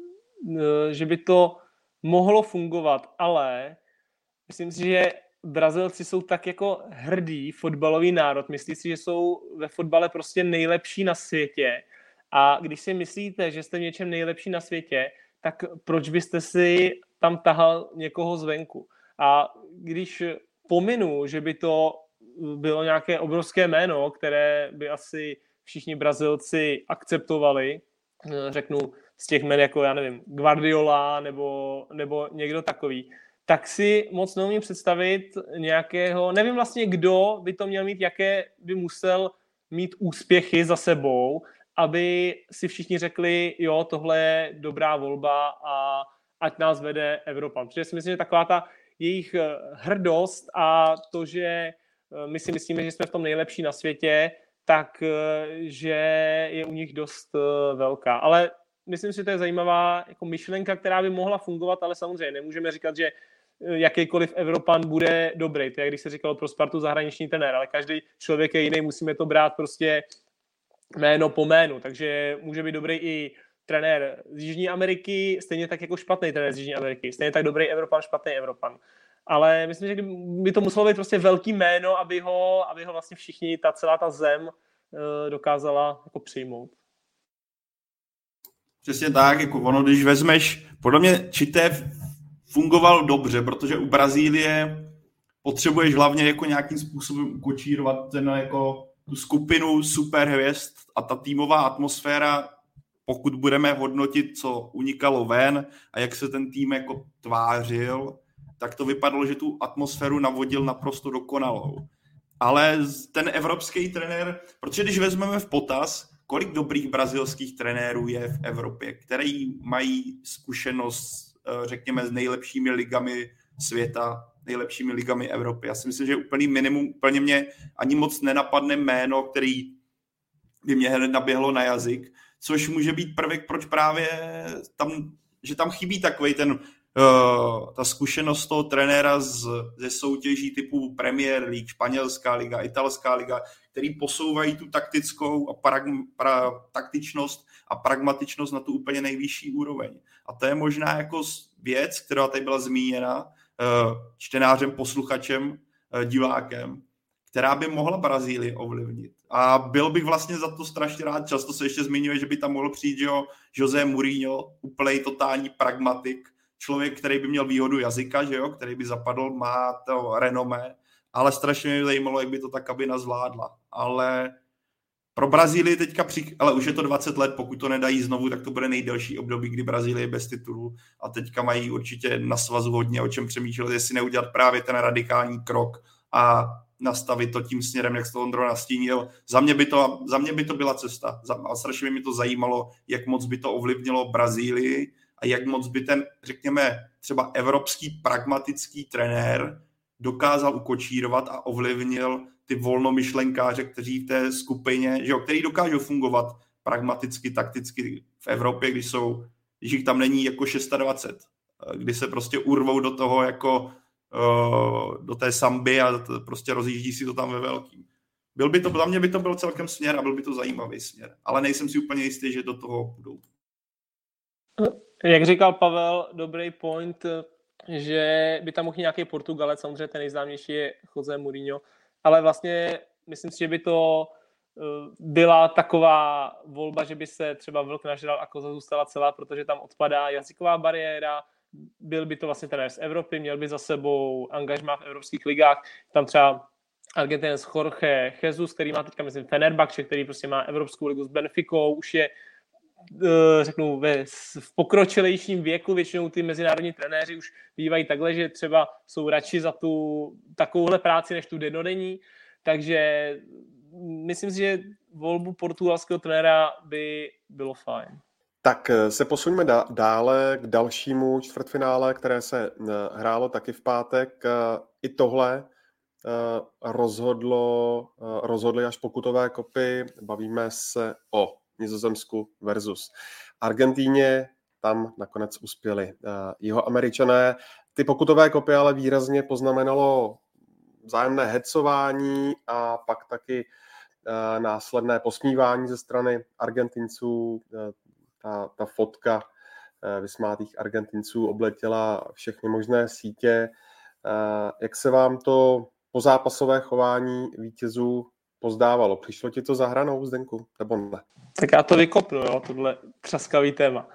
že by to mohlo fungovat, ale myslím si, že Brazilci jsou tak jako hrdý fotbalový národ. Myslí si, že jsou ve fotbale prostě nejlepší na světě. A když si myslíte, že jste v něčem nejlepší na světě, tak proč byste si tam tahal někoho zvenku? A když pominu, že by to bylo nějaké obrovské jméno, které by asi všichni Brazilci akceptovali, řeknu z těch jmen jako, já nevím, Guardiola nebo, nebo někdo takový, tak si moc neumím představit nějakého, nevím vlastně, kdo by to měl mít, jaké by musel mít úspěchy za sebou, aby si všichni řekli, jo, tohle je dobrá volba a ať nás vede Evropa. Protože si myslím, že taková ta jejich hrdost a to, že my si myslíme, že jsme v tom nejlepší na světě, tak že je u nich dost velká. Ale myslím si, že to je zajímavá jako myšlenka, která by mohla fungovat, ale samozřejmě nemůžeme říkat, že jakýkoliv Evropan bude dobrý. To je, když se říkalo pro Spartu zahraniční trenér, ale každý člověk je jiný, musíme to brát prostě jméno po jménu. Takže může být dobrý i trenér z Jižní Ameriky, stejně tak jako špatný trenér z Jižní Ameriky. Stejně tak dobrý Evropan, špatný Evropan. Ale myslím, že by to muselo být prostě velký jméno, aby ho, aby ho vlastně všichni, ta celá ta zem dokázala jako přijmout. Přesně tak, jako ono, když vezmeš, podle mě Čité fungoval dobře, protože u Brazílie potřebuješ hlavně jako nějakým způsobem ukočírovat ten jako tu skupinu superhvězd a ta týmová atmosféra, pokud budeme hodnotit, co unikalo ven a jak se ten tým jako tvářil, tak to vypadalo, že tu atmosféru navodil naprosto dokonalou. Ale ten evropský trenér, protože když vezmeme v potaz, kolik dobrých brazilských trenérů je v Evropě, který mají zkušenost, řekněme, s nejlepšími ligami světa, nejlepšími ligami Evropy. Já si myslím, že úplný minimum, úplně mě ani moc nenapadne jméno, který by mě hned naběhlo na jazyk, což může být prvek, proč právě tam, že tam chybí takovej ten, uh, ta zkušenost toho trenéra z, ze soutěží typu Premier League, španělská liga, italská liga, který posouvají tu taktickou a pragm, pra, taktičnost a pragmatičnost na tu úplně nejvyšší úroveň. A to je možná jako věc, která tady byla zmíněna uh, čtenářem, posluchačem, uh, divákem, která by mohla Brazílii ovlivnit. A byl bych vlastně za to strašně rád. Často se ještě zmiňuje, že by tam mohl přijít, že jo, José Mourinho, úplnej totální pragmatik, člověk, který by měl výhodu jazyka, že jo, který by zapadl, má to renomé, ale strašně mě zajímalo, jak by to ta kabina zvládla. Ale pro Brazílii teďka, při... ale už je to dvacet let, pokud to nedají znovu, tak to bude nejdelší období, kdy Brazílie je bez titulu a teďka mají určitě na svazu hodně o čem přemýšlet, jestli neudělat právě ten radikální krok a nastavit to tím směrem, jak jsi to Ondro nastínil. Za mě by to, za mě by to byla cesta. A strašně by mě to zajímalo, jak moc by to ovlivnilo Brazílii a jak moc by ten, řekněme, třeba evropský pragmatický trenér dokázal ukočírovat a ovlivnil ty volnomyšlenkáře, kteří v té skupině, že jo, který dokážou fungovat pragmaticky, takticky v Evropě, když jsou, když jich tam není jako dvacet šest, kdy se prostě urvou do toho jako do té samby a prostě rozjíždí si to tam ve velkým. Byl by to, za mě by to byl celkem směr a byl by to zajímavý směr. Ale nejsem si úplně jistý, že do toho budou. Jak říkal Pavel, dobrý point, že by tam mohl nějaký Portugalec, samozřejmě ten nejznámější je José Mourinho, ale vlastně myslím si, že by to byla taková volba, že by se třeba vlk nažral a koza zůstala celá, protože tam odpadá jazyková bariéra, byl by to vlastně trenér z Evropy, měl by za sebou angažmá v evropských ligách, tam třeba Argentinec Jorge Jesus, který má teďka, myslím, Fenerbahce, který prostě má Evropskou ligu s Benficou, už je, řeknu, ve, v pokročilejším věku, většinou ty mezinárodní trenéři už bývají takhle, že třeba jsou radši za tu takovouhle práci, než tu denodenní, takže myslím si, že volbu portugalského trenéra by bylo fajn. Tak se posuňme dále k dalšímu čtvrtfinále, které se hrálo taky v pátek. I tohle rozhodlo, rozhodly až pokutové kopy. Bavíme se o Nizozemsku versus Argentíně. Tam nakonec uspěli Jihoameričané. Ty pokutové kopy ale výrazně poznamenalo vzájemné hecování a pak taky následné posmívání ze strany Argentinců. Ta, ta fotka vysmátých Argentinců obletěla všechny možné sítě. Jak se vám to pozápasové chování vítězů pozdávalo? Přišlo ti to za hranou, Zdenku, nebo ne? Tak já to vykopnu, jo, tohle třaskavý téma.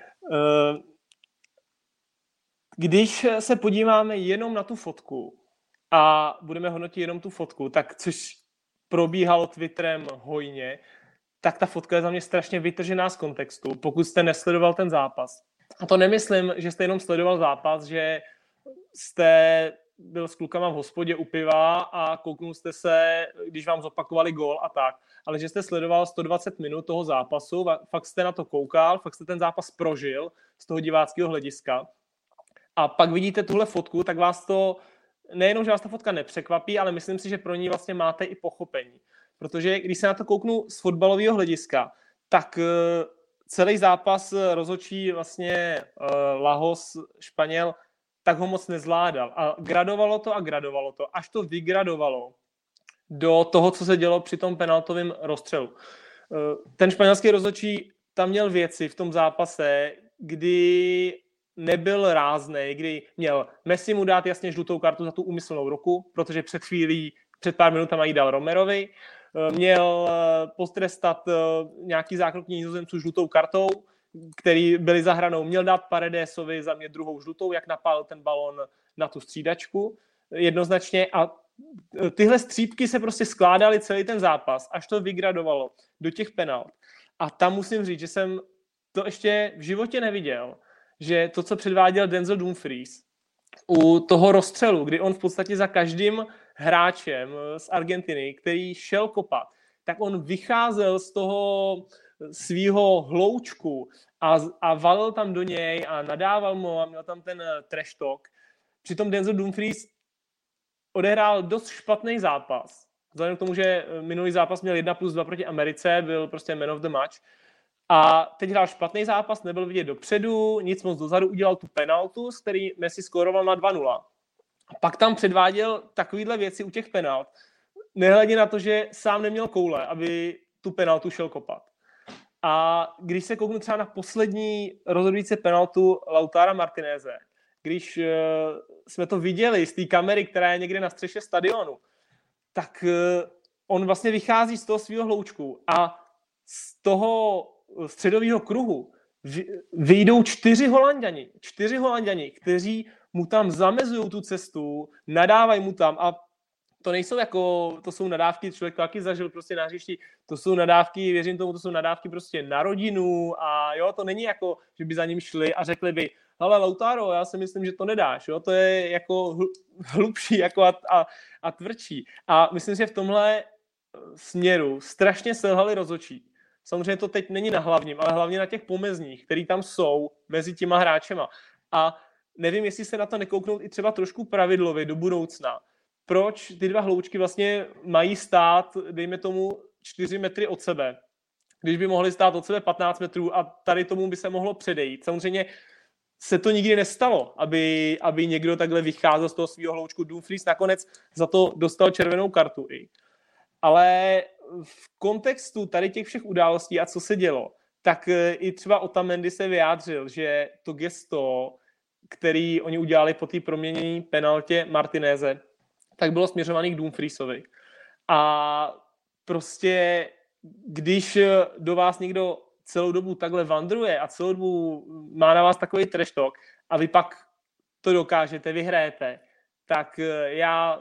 Když se podíváme jenom na tu fotku a budeme hodnotit jenom tu fotku, tak což probíhalo Twitterem hojně, tak ta fotka je za mě strašně vytržená z kontextu, pokud jste nesledoval ten zápas. A to nemyslím, že jste jenom sledoval zápas, že jste byl s klukama v hospodě u piva a kouknul jste se, když vám zopakovali gól a tak, ale že jste sledoval sto dvacet minut toho zápasu, fakt jste na to koukal, fakt jste ten zápas prožil z toho diváckého hlediska. A pak vidíte tuhle fotku, tak vás to, nejenom, že vás ta fotka nepřekvapí, ale myslím si, že pro ní vlastně máte i pochopení. Protože když se na to kouknu z fotbalového hlediska, tak celý zápas rozhodčí vlastně Lagos, Španěl, tak ho moc nezvládal. A gradovalo to a gradovalo to, až to vygradovalo do toho, co se dělo při tom penaltovém rozstřelu. Ten španělský rozhodčí tam měl věci v tom zápase, kdy nebyl ráznej, kdy měl Messi mu dát jasně žlutou kartu za tu úmyslnou ruku, protože před chvílí, před pár minutama jí dal Romerovi, měl potrestat nějaký zákrok Nizozemců žlutou kartou, který byli za hranou. Měl dát Paredesovi za mě druhou žlutou, jak napálil ten balon na tu střídačku jednoznačně a tyhle střípky se prostě skládaly celý ten zápas, až to vygradovalo do těch penalt. A tam musím říct, že jsem to ještě v životě neviděl, že to, co předváděl Denzel Dumfries u toho rozstřelu, kdy on v podstatě za každým hráčem z Argentiny, který šel kopat, tak on vycházel z toho svýho hloučku a, a valil tam do něj a nadával mu a měl tam ten trash talk. Přitom Denzel Dumfries odehrál dost špatný zápas. Vzhledem k tomu, že minulý zápas měl jedna plus dva proti Americe, byl prostě man of the match. A teď hrál špatný zápas, nebyl vidět dopředu, nic moc dozadu, udělal tu penaltu, s který Messi skóroval na dva nula. A pak tam předváděl takovýhle věci u těch penalt, nehledě na to, že sám neměl koule, aby tu penaltu šel kopat. A když se kouknu třeba na poslední rozhodující penaltu Lautara Martineze, když uh, jsme to viděli z té kamery, která je někde na střeše stadionu, tak uh, on vlastně vychází z toho svého hloučku a z toho středového kruhu vyjdou čtyři Holanďani, čtyři Holanďani, kteří mu tam zamezují tu cestu, nadávají mu tam a to nejsou jako, to jsou nadávky, člověk taky zažil prostě na hřišti, to jsou nadávky, věřím tomu, to jsou nadávky prostě na rodinu a jo, to není jako, že by za ním šli a řekli by, hele Lautaro, já si myslím, že to nedáš, jo, to je jako hlubší jako a, a, a tvrdší. A myslím si, že v tomhle směru strašně selhali rozhodčí. Samozřejmě to teď není na hlavním, ale hlavně na těch pomezních, který tam jsou mezi těma hráčema. A nevím, jestli se na to nekouknout i třeba trošku pravidlově do budoucna. Proč ty dva hloučky vlastně mají stát, dejme tomu, čtyři metry od sebe, když by mohli stát od sebe patnáct metrů a tady tomu by se mohlo předejít. Samozřejmě se to nikdy nestalo, aby, aby někdo takhle vycházel z toho svého hloučku. Dumfries nakonec za to dostal červenou kartu i. Ale v kontextu tady těch všech událostí a co se dělo, tak i třeba Otamendi se vyjádřil, že to gesto, který oni udělali po té proměnění penaltě Martineze, tak bylo směřovaný k Dumfriesovi. A prostě, když do vás někdo celou dobu takhle vandruje a celou dobu má na vás takový trash talk a vy pak to dokážete, vyhrajete, tak já,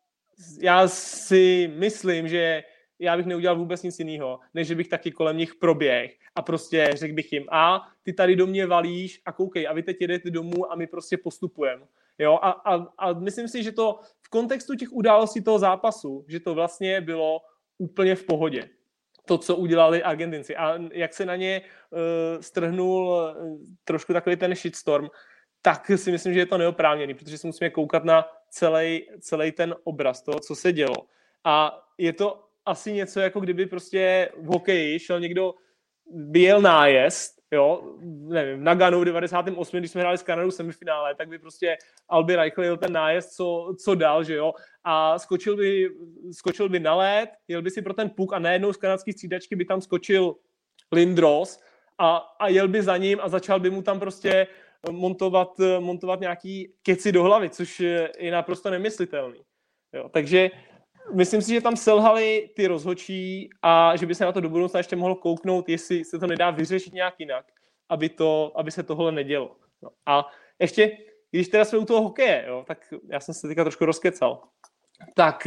já si myslím, že já bych neudělal vůbec nic jiného, než že bych taky kolem nich proběh a prostě řekl bych jim, a ty tady do mě valíš a koukej, a vy teď jedete domů a my prostě postupujeme. Jo, a, a, a myslím si, že to v kontextu těch událostí toho zápasu, že to vlastně bylo úplně v pohodě. To, co udělali Argentinci. A jak se na ně uh, strhnul uh, trošku takový ten shitstorm, tak si myslím, že je to neoprávněný, protože si musíme koukat na celý, celý ten obraz toho, co se dělo. A je to asi něco, jako kdyby prostě v hokeji šel někdo, by jel nájezd, jo, nevím, na Ganu v devadesátém osmém když jsme hráli s Kanadou v semifinále, tak by prostě Albi Reichel jel ten nájezd, co, co dal, že jo, a skočil by, skočil by na led, jel by si pro ten puk a najednou z kanadské střídačky by tam skočil Lindros a, a jel by za ním a začal by mu tam prostě montovat, montovat nějaký keci do hlavy, což je naprosto nemyslitelný. Jo, takže myslím si, že tam selhali ty rozhodčí a že by se na to do budoucna ještě mohlo kouknout, jestli se to nedá vyřešit nějak jinak, aby, to, aby se tohle nedělo. No. A ještě, když teda jsme u toho hokeje, jo, tak já jsem se teďka trošku rozkecal, tak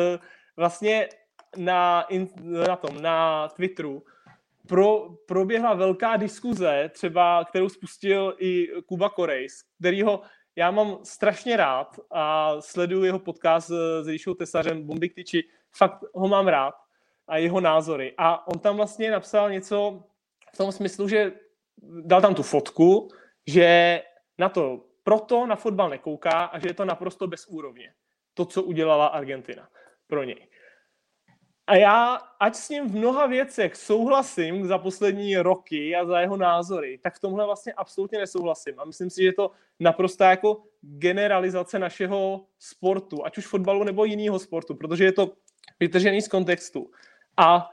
vlastně na, na tom, na Twitteru pro, proběhla velká diskuze, třeba, kterou spustil i Kuba Korejs, kterýho já mám strašně rád a sleduju jeho podcast s Ríšou Tesařem, Bombiktiči, fakt ho mám rád a jeho názory. A on tam vlastně napsal něco v tom smyslu, že dal tam tu fotku, že na to proto na fotbal nekouká a že je to naprosto bez úrovně. To, co udělala Argentina pro něj. A já, ať s ním v mnoha věcech souhlasím za poslední roky a za jeho názory, tak v tomhle vlastně absolutně nesouhlasím. A myslím si, že je to naprostá jako generalizace našeho sportu, ať už fotbalu nebo jiného sportu, protože je to vytržený z kontextu. A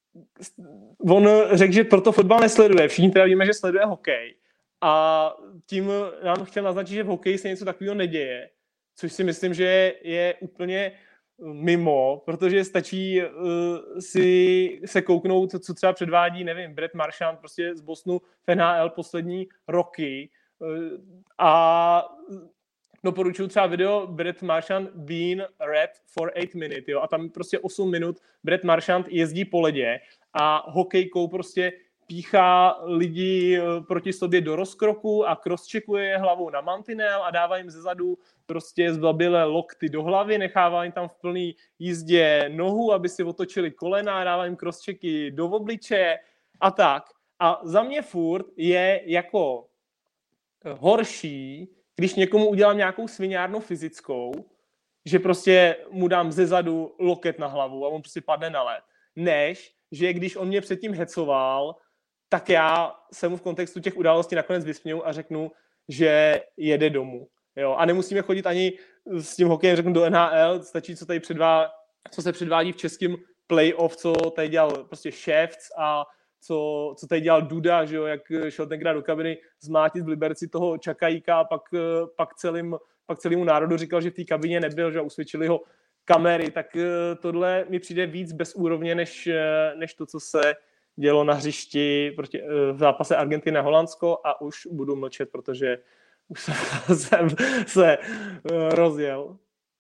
on řekl, že proto fotbal nesleduje. Všichni teda víme, že sleduje hokej. A tím nám chtěl naznačit, že v hokeji se něco takového neděje, což si myslím, že je úplně mimo, protože stačí uh, si se kouknout, co třeba předvádí, nevím, Brett Marchand prostě z Bostonu v N H L poslední roky uh, a doporučuji třeba video Brett Marchand being red for eight minutes, jo, a tam prostě osm minut Brett Marchand jezdí po ledě a hokejkou prostě píchá lidi proti sobě do rozkroku a crosscheckuje je hlavou na mantinel a dává jim zezadu prostě zbabělé lokty do hlavy, nechává jim tam v plný jízdě nohu, aby si otočili kolena, dává jim crosschecky do obličeje a tak. A za mě furt je jako horší, když někomu udělám nějakou sviňárnu fyzickou, že prostě mu dám zezadu loket na hlavu a on prostě padne na led, než že když on mě předtím hecoval, tak já se mu v kontextu těch událostí nakonec vysměju a řeknu, že jede domů. Jo? A nemusíme chodit ani s tím hokejem, řeknu, do N H L, stačí, co tady předvá, co se předvádí v českém playoff, co tady dělal prostě Ševc a co, co tady dělal Duda, že jo? Jak šel tenkrát do kabiny zmátit v Liberci toho Čakajíka a pak, pak, celým, pak celému národu říkal, že v té kabině nebyl, že usvědčili ho kamery, tak tohle mi přijde víc bezúrovně, než, než to, co se dělo na hřišti proti, v zápase Argentina-Holandsko a už budu mlčet, protože už jsem se rozjel.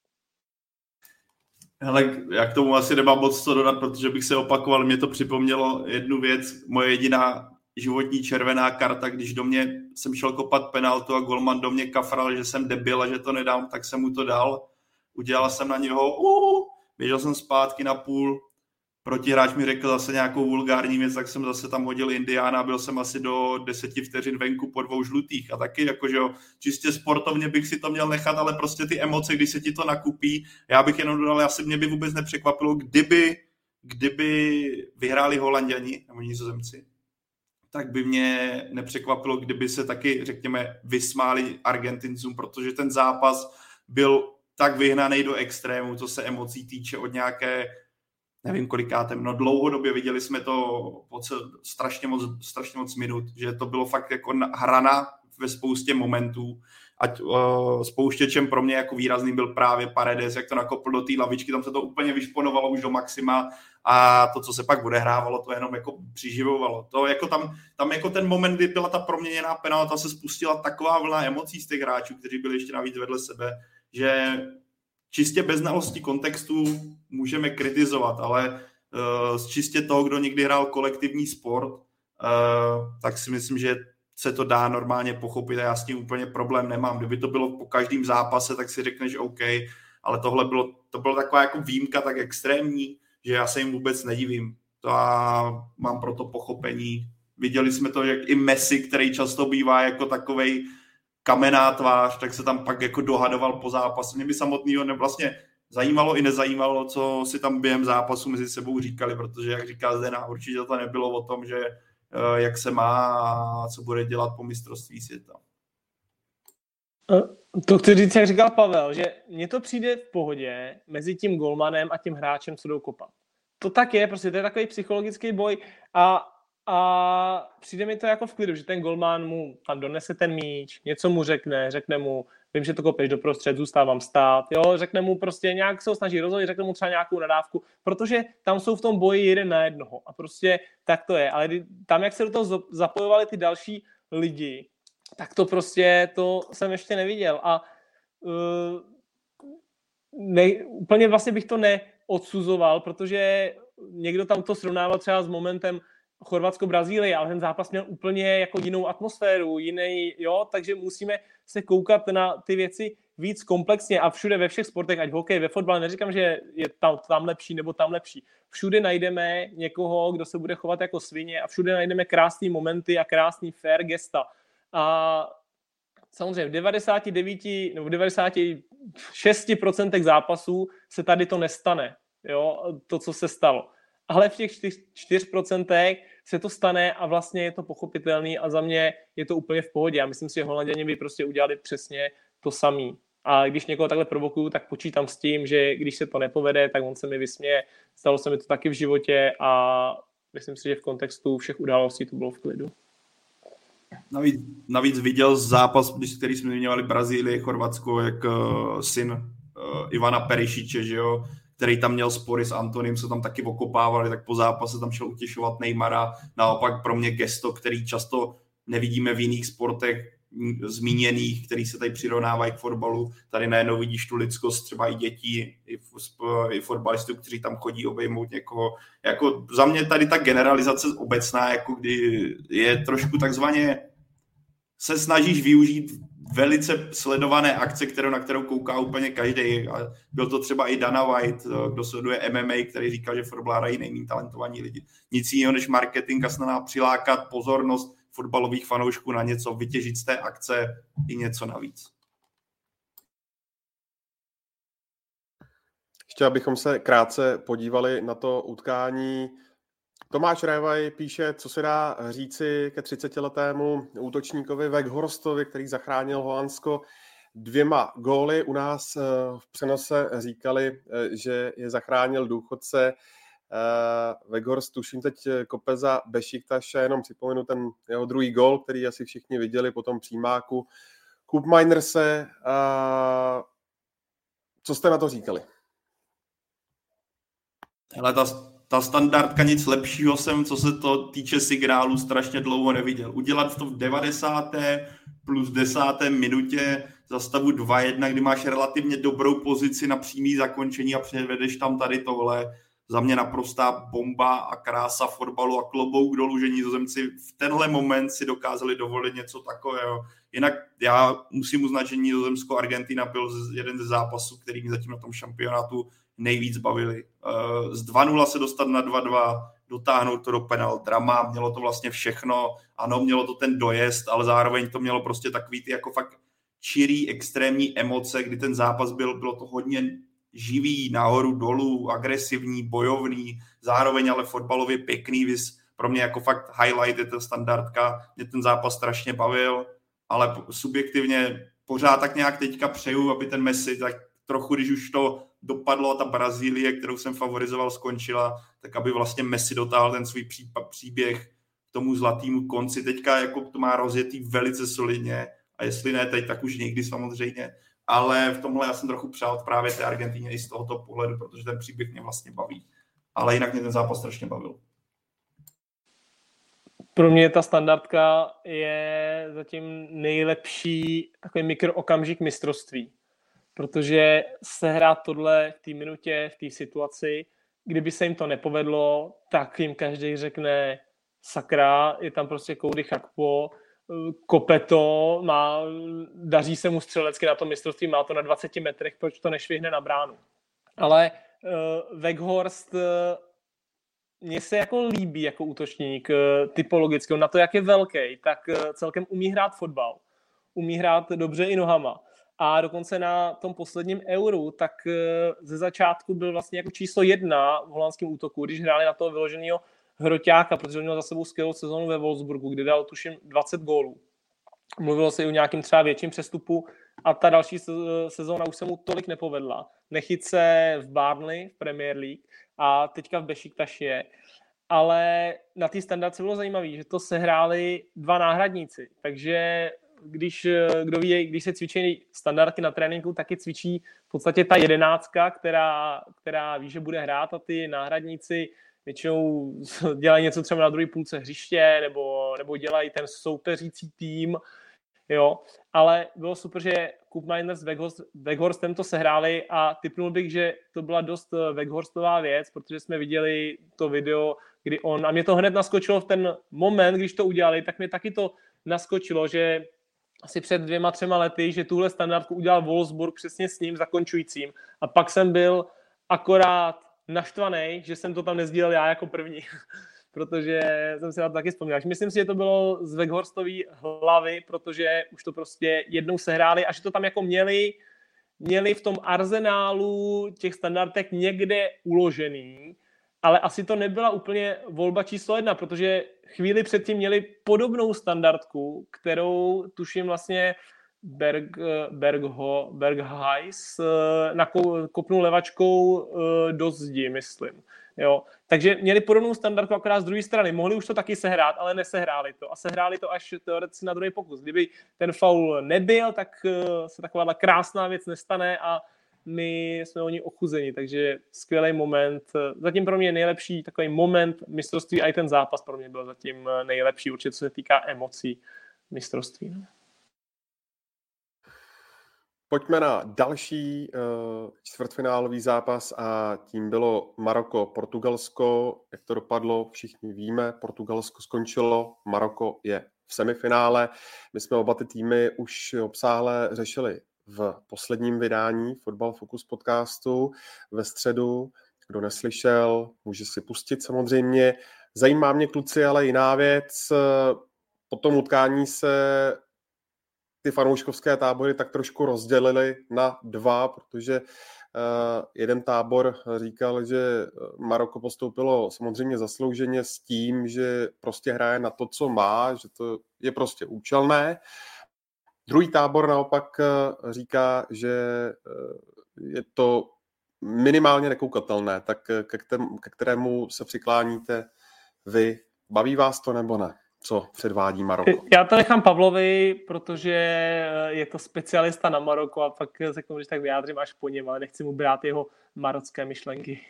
Hele, já k tomu asi nemám moc co dodat, protože bych se opakoval, mě to připomnělo jednu věc, moje jediná životní červená karta, když do mě jsem šel kopat penaltu a golman do mě kafral, že jsem debil a že to nedám, tak jsem mu to dal. Udělal jsem na něho, uh, běžel jsem zpátky na půl, protihráč mi řekl zase nějakou vulgární věc, tak jsem zase tam hodil Indiána, byl jsem asi do deseti vteřin venku po dvou žlutých a taky jakože jo, čistě sportovně bych si to měl nechat, ale prostě ty emoce, když se ti to nakupí, já bych jenom dodal, asi mě by vůbec nepřekvapilo, kdyby, kdyby vyhráli Holanďani nebo Nizozemci, tak by mě nepřekvapilo, kdyby se taky, řekněme, vysmáli Argentincům, protože ten zápas byl tak vyhnaný do extrému, co se emocí týče od nějaké, nevím kolikátem, no dlouhodobě viděli jsme to po cel, strašně, moc, strašně moc minut, že to bylo fakt jako hrana ve spoustě momentů. Ať uh, spouštěčem pro mě jako výrazný byl právě Paredes, jak to nakopl do té lavičky, tam se to úplně vyšponovalo už do maxima a to, co se pak odehrávalo, to jenom jako přiživovalo. To jako tam, tam jako ten moment, kdy byla ta proměněná penalta, se spustila taková vlna emocí z těch hráčů, kteří byli ještě navíc vedle sebe, že čistě bez znalosti kontextu můžeme kritizovat, ale uh, z čistě toho, kdo někdy hrál kolektivní sport, uh, tak si myslím, že se to dá normálně pochopit a já s tím úplně problém nemám. Kdyby to bylo po každém zápase, tak si řekneš OK, ale tohle bylo, to bylo taková jako výjimka tak extrémní, že já se jim vůbec nedivím. To já mám proto pochopení. Viděli jsme to, jak i Messi, který často bývá jako takovej kamenná tvář, tak se tam pak jako dohadoval po zápasu. Mě by samotného ne, vlastně zajímalo i nezajímalo, co si tam během zápasu mezi sebou říkali, protože, jak říká Zdena, určitě to nebylo o tom, že jak se má a co bude dělat po mistrovství světa. To chci říct, jak říkal Pavel, že mně to přijde v pohodě mezi tím golmanem a tím hráčem, co jdou kopat. To tak je, prostě to je takový psychologický boj a A přijde mi to jako v klidu, že ten golman mu tam donese ten míč, něco mu řekne, řekne mu, vím, že to kopeš doprostřed, zůstávám stát, jo, řekne mu prostě nějak se ho snaží rozhodit, řekne mu třeba nějakou nadávku, protože tam jsou v tom boji jeden na jednoho a prostě tak to je. Ale tam, jak se do toho zapojovali ty další lidi, tak to prostě, to jsem ještě neviděl a uh, ne, úplně vlastně bych to neodsuzoval, protože někdo tam to srovnával třeba s momentem Chorvatsko-Brazílie, ale ten zápas měl úplně jako jinou atmosféru, jiný, jo, takže musíme se koukat na ty věci víc komplexně a všude ve všech sportech, ať v hokeji, ve fotbale, neříkám, že je tam, tam lepší nebo tam lepší. Všude najdeme někoho, kdo se bude chovat jako svině a všude najdeme krásné momenty a krásný fair gesta. A samozřejmě v devadesát devět nebo v devadesát šest procent zápasů se tady to nestane, jo, to, co se stalo. Ale v těch čtyři procenta se to stane a vlastně je to pochopitelný a za mě je to úplně v pohodě. Já myslím si, že Holanděni by prostě udělali přesně to samý. A když někoho takhle provokuju, tak počítám s tím, že když se to nepovede, tak on se mi vysměje. Stalo se mi to taky v životě a myslím si, že v kontextu všech událostí to bylo v klidu. Navíc, navíc viděl zápas, který jsme měli Brazílii, Chorvatsko, jak uh, syn uh, Ivana Perišiče, že jo, který tam měl spory s Antonym, se tam taky okopávali, tak po zápase tam šel utěšovat Neymara. Naopak pro mě gesto, který často nevidíme v jiných sportech zmíněných, který se tady přirovnávají k fotbalu. Tady najednou vidíš tu lidskost třeba i dětí, i, i fotbalistů, kteří tam chodí obejmout někoho. Jako za mě tady ta generalizace obecná, jako kdy je trošku takzvaně se snažíš využít velice sledované akce, kterou, na kterou kouká úplně každý. A byl to třeba i Dana White, kdo sleduje M M A, který říkal, že fotbal hrají nejméně talentovaní lidi. Nic jiného než marketing a snaha přilákat pozornost fotbalových fanoušků na něco, vytěžit z té akce i něco navíc. Ještě abychom se krátce podívali na to utkání. Tomáš Révaj píše, co se dá říci ke třicetiletému útočníkovi Weghorstovi, který zachránil Holandsko dvěma góly. U nás v přenose říkali, že je zachránil důchodce. Weghorst tuším teď kope za Bešiktaše, jenom připomenu ten jeho druhý gól, který asi všichni viděli po tom přímáku. Koopmeinerse, co jste na to říkali? Hele, ta, ta standardka, nic lepšího jsem, co se to týče signálu, strašně dlouho neviděl. Udělat to v devadesáté plus desáté minutě za stavu dva jedna, kdy máš relativně dobrou pozici na přímý zakončení a předvedeš tam tady tohle. Za mě naprostá bomba a krása fotbalu a klobouk dolů, že Nizozemci v tenhle moment si dokázali dovolit něco takového. Jinak já musím uznat, že Nizozemsko-Argentina byl jeden ze zápasů, který mě zatím na tom šampionátu nejvíc bavili. Z dva nula se dostat na dva dva, dotáhnout to do penalt, drama, mělo to vlastně všechno. Ano, mělo to ten dojezd, ale zároveň to mělo prostě takový ty jako fakt čirý, extrémní emoce, kdy ten zápas byl, bylo to hodně živý, nahoru, dolů, agresivní, bojovný, zároveň ale fotbalově pěkný, vys. Pro mě jako fakt highlight je ta standardka, mě ten zápas strašně bavil, ale subjektivně pořád tak nějak teďka přeju, aby ten Messi tak trochu, když už to dopadlo, ta Brazílie, kterou jsem favorizoval, skončila, tak aby vlastně Messi dotáhl ten svůj příběh k tomu zlatýmu konci. Teďka jako to má rozjetý velice solidně a jestli ne teď, tak už někdy samozřejmě. Ale v tomhle já jsem trochu přál právě té Argentině i z tohoto pohledu, protože ten příběh mě vlastně baví. Ale jinak mě ten zápas strašně bavil. Pro mě ta standardka je zatím nejlepší takový mikrookamžik mistrovství. Protože sehrát tohle v té minutě, v té situaci, kdyby se jim to nepovedlo, tak jim každý řekne sakra, je tam prostě Cody Gakpo, kope to, má, daří se mu střelecky na tom mistrovství, má to na dvaceti metrech, proč to nešvihne na bránu. Ale uh, Weghorst uh, mně se jako líbí jako útočník uh, typologicky, on na to, jak je velký, tak uh, celkem umí hrát fotbal, umí hrát dobře i nohama. A dokonce na tom posledním euru, tak uh, ze začátku byl vlastně jako číslo jedna v holandském útoku, když hráli na toho vyloženého hroťáka, protože on měl za sebou skvělou sezonu ve Wolfsburgu, kde dal tuším dvacet gólů. Mluvilo se i o nějakým třeba větším přestupu a ta další sezóna už se mu tolik nepovedla. Nechyt se v Burnley v Premier League a teďka v Bešiktaši je. Ale na té standardce bylo zajímavé, že to sehráli dva náhradníci. Takže když, kdo ví, když se cvičí standardky na tréninku, taky cvičí v podstatě ta jedenáctka, která, která ví, že bude hrát a ty náhradníci většinou dělají něco třeba na druhé půlce hřiště nebo, nebo dělají ten soupeřící tým, jo. Ale bylo super, že Koopmeiners s Weghorst, Weghorstem to sehráli a tipnul bych, že to byla dost Weghorstová věc, protože jsme viděli to video, kdy on, a mě to hned naskočilo v ten moment, když to udělali, tak mě taky to naskočilo, že asi před dvěma, třema lety, že tuhle standardku udělal Wolfsburg přesně s ním zakončujícím a pak jsem byl akorát naštvaný, že jsem to tam nezdílel já jako první, protože jsem si na to taky vzpomněl. Myslím si, že to bylo z Weghorstový hlavy, protože už to prostě jednou sehráli a že to tam jako měli, měli v tom arzenálu těch standardek někde uložený, ale asi to nebyla úplně volba číslo jedna, protože chvíli předtím měli podobnou standardku, kterou tuším vlastně Berg, Bergho, Berghuis nakopnul levačkou do zdi, myslím. Jo. Takže měli podobnou standardku akorát z druhé strany. Mohli už to taky sehrát, ale nesehráli to. A sehráli to až teoreticky na druhý pokus. Kdyby ten faul nebyl, tak se taková krásná věc nestane a my jsme o ní ochuzeni, takže skvělý moment. Zatím pro mě nejlepší takový moment mistrovství a i ten zápas pro mě byl zatím nejlepší, určitě co se týká emocí mistrovství. No. Pojďme na další uh, čtvrtfinálový zápas a tím bylo Maroko-Portugalsko. Jak to dopadlo, všichni víme. Portugalsko skončilo, Maroko je v semifinále. My jsme oba ty týmy už obsáhle řešili v posledním vydání Fotbal Focus podcastu ve středu. Kdo neslyšel, může si pustit samozřejmě. Zajímá mě, kluci, ale jiná věc. Po tom utkání se ty fanouškovské tábory tak trošku rozdělily na dva, protože uh, jeden tábor říkal, že Maroko postoupilo samozřejmě zaslouženě s tím, že prostě hraje na to, co má, že to je prostě účelné. Druhý tábor naopak uh, říká, že uh, je to minimálně nekoukatelné, tak ke, kterému, ke kterému se přikláníte vy? Baví vás to nebo ne? Co předvádí Maroko? Já to nechám Pavlovi, protože je to specialista na Maroko a pak se k tomu, když tak vyjádřím až po něm, ale nechci mu brát jeho marocké myšlenky.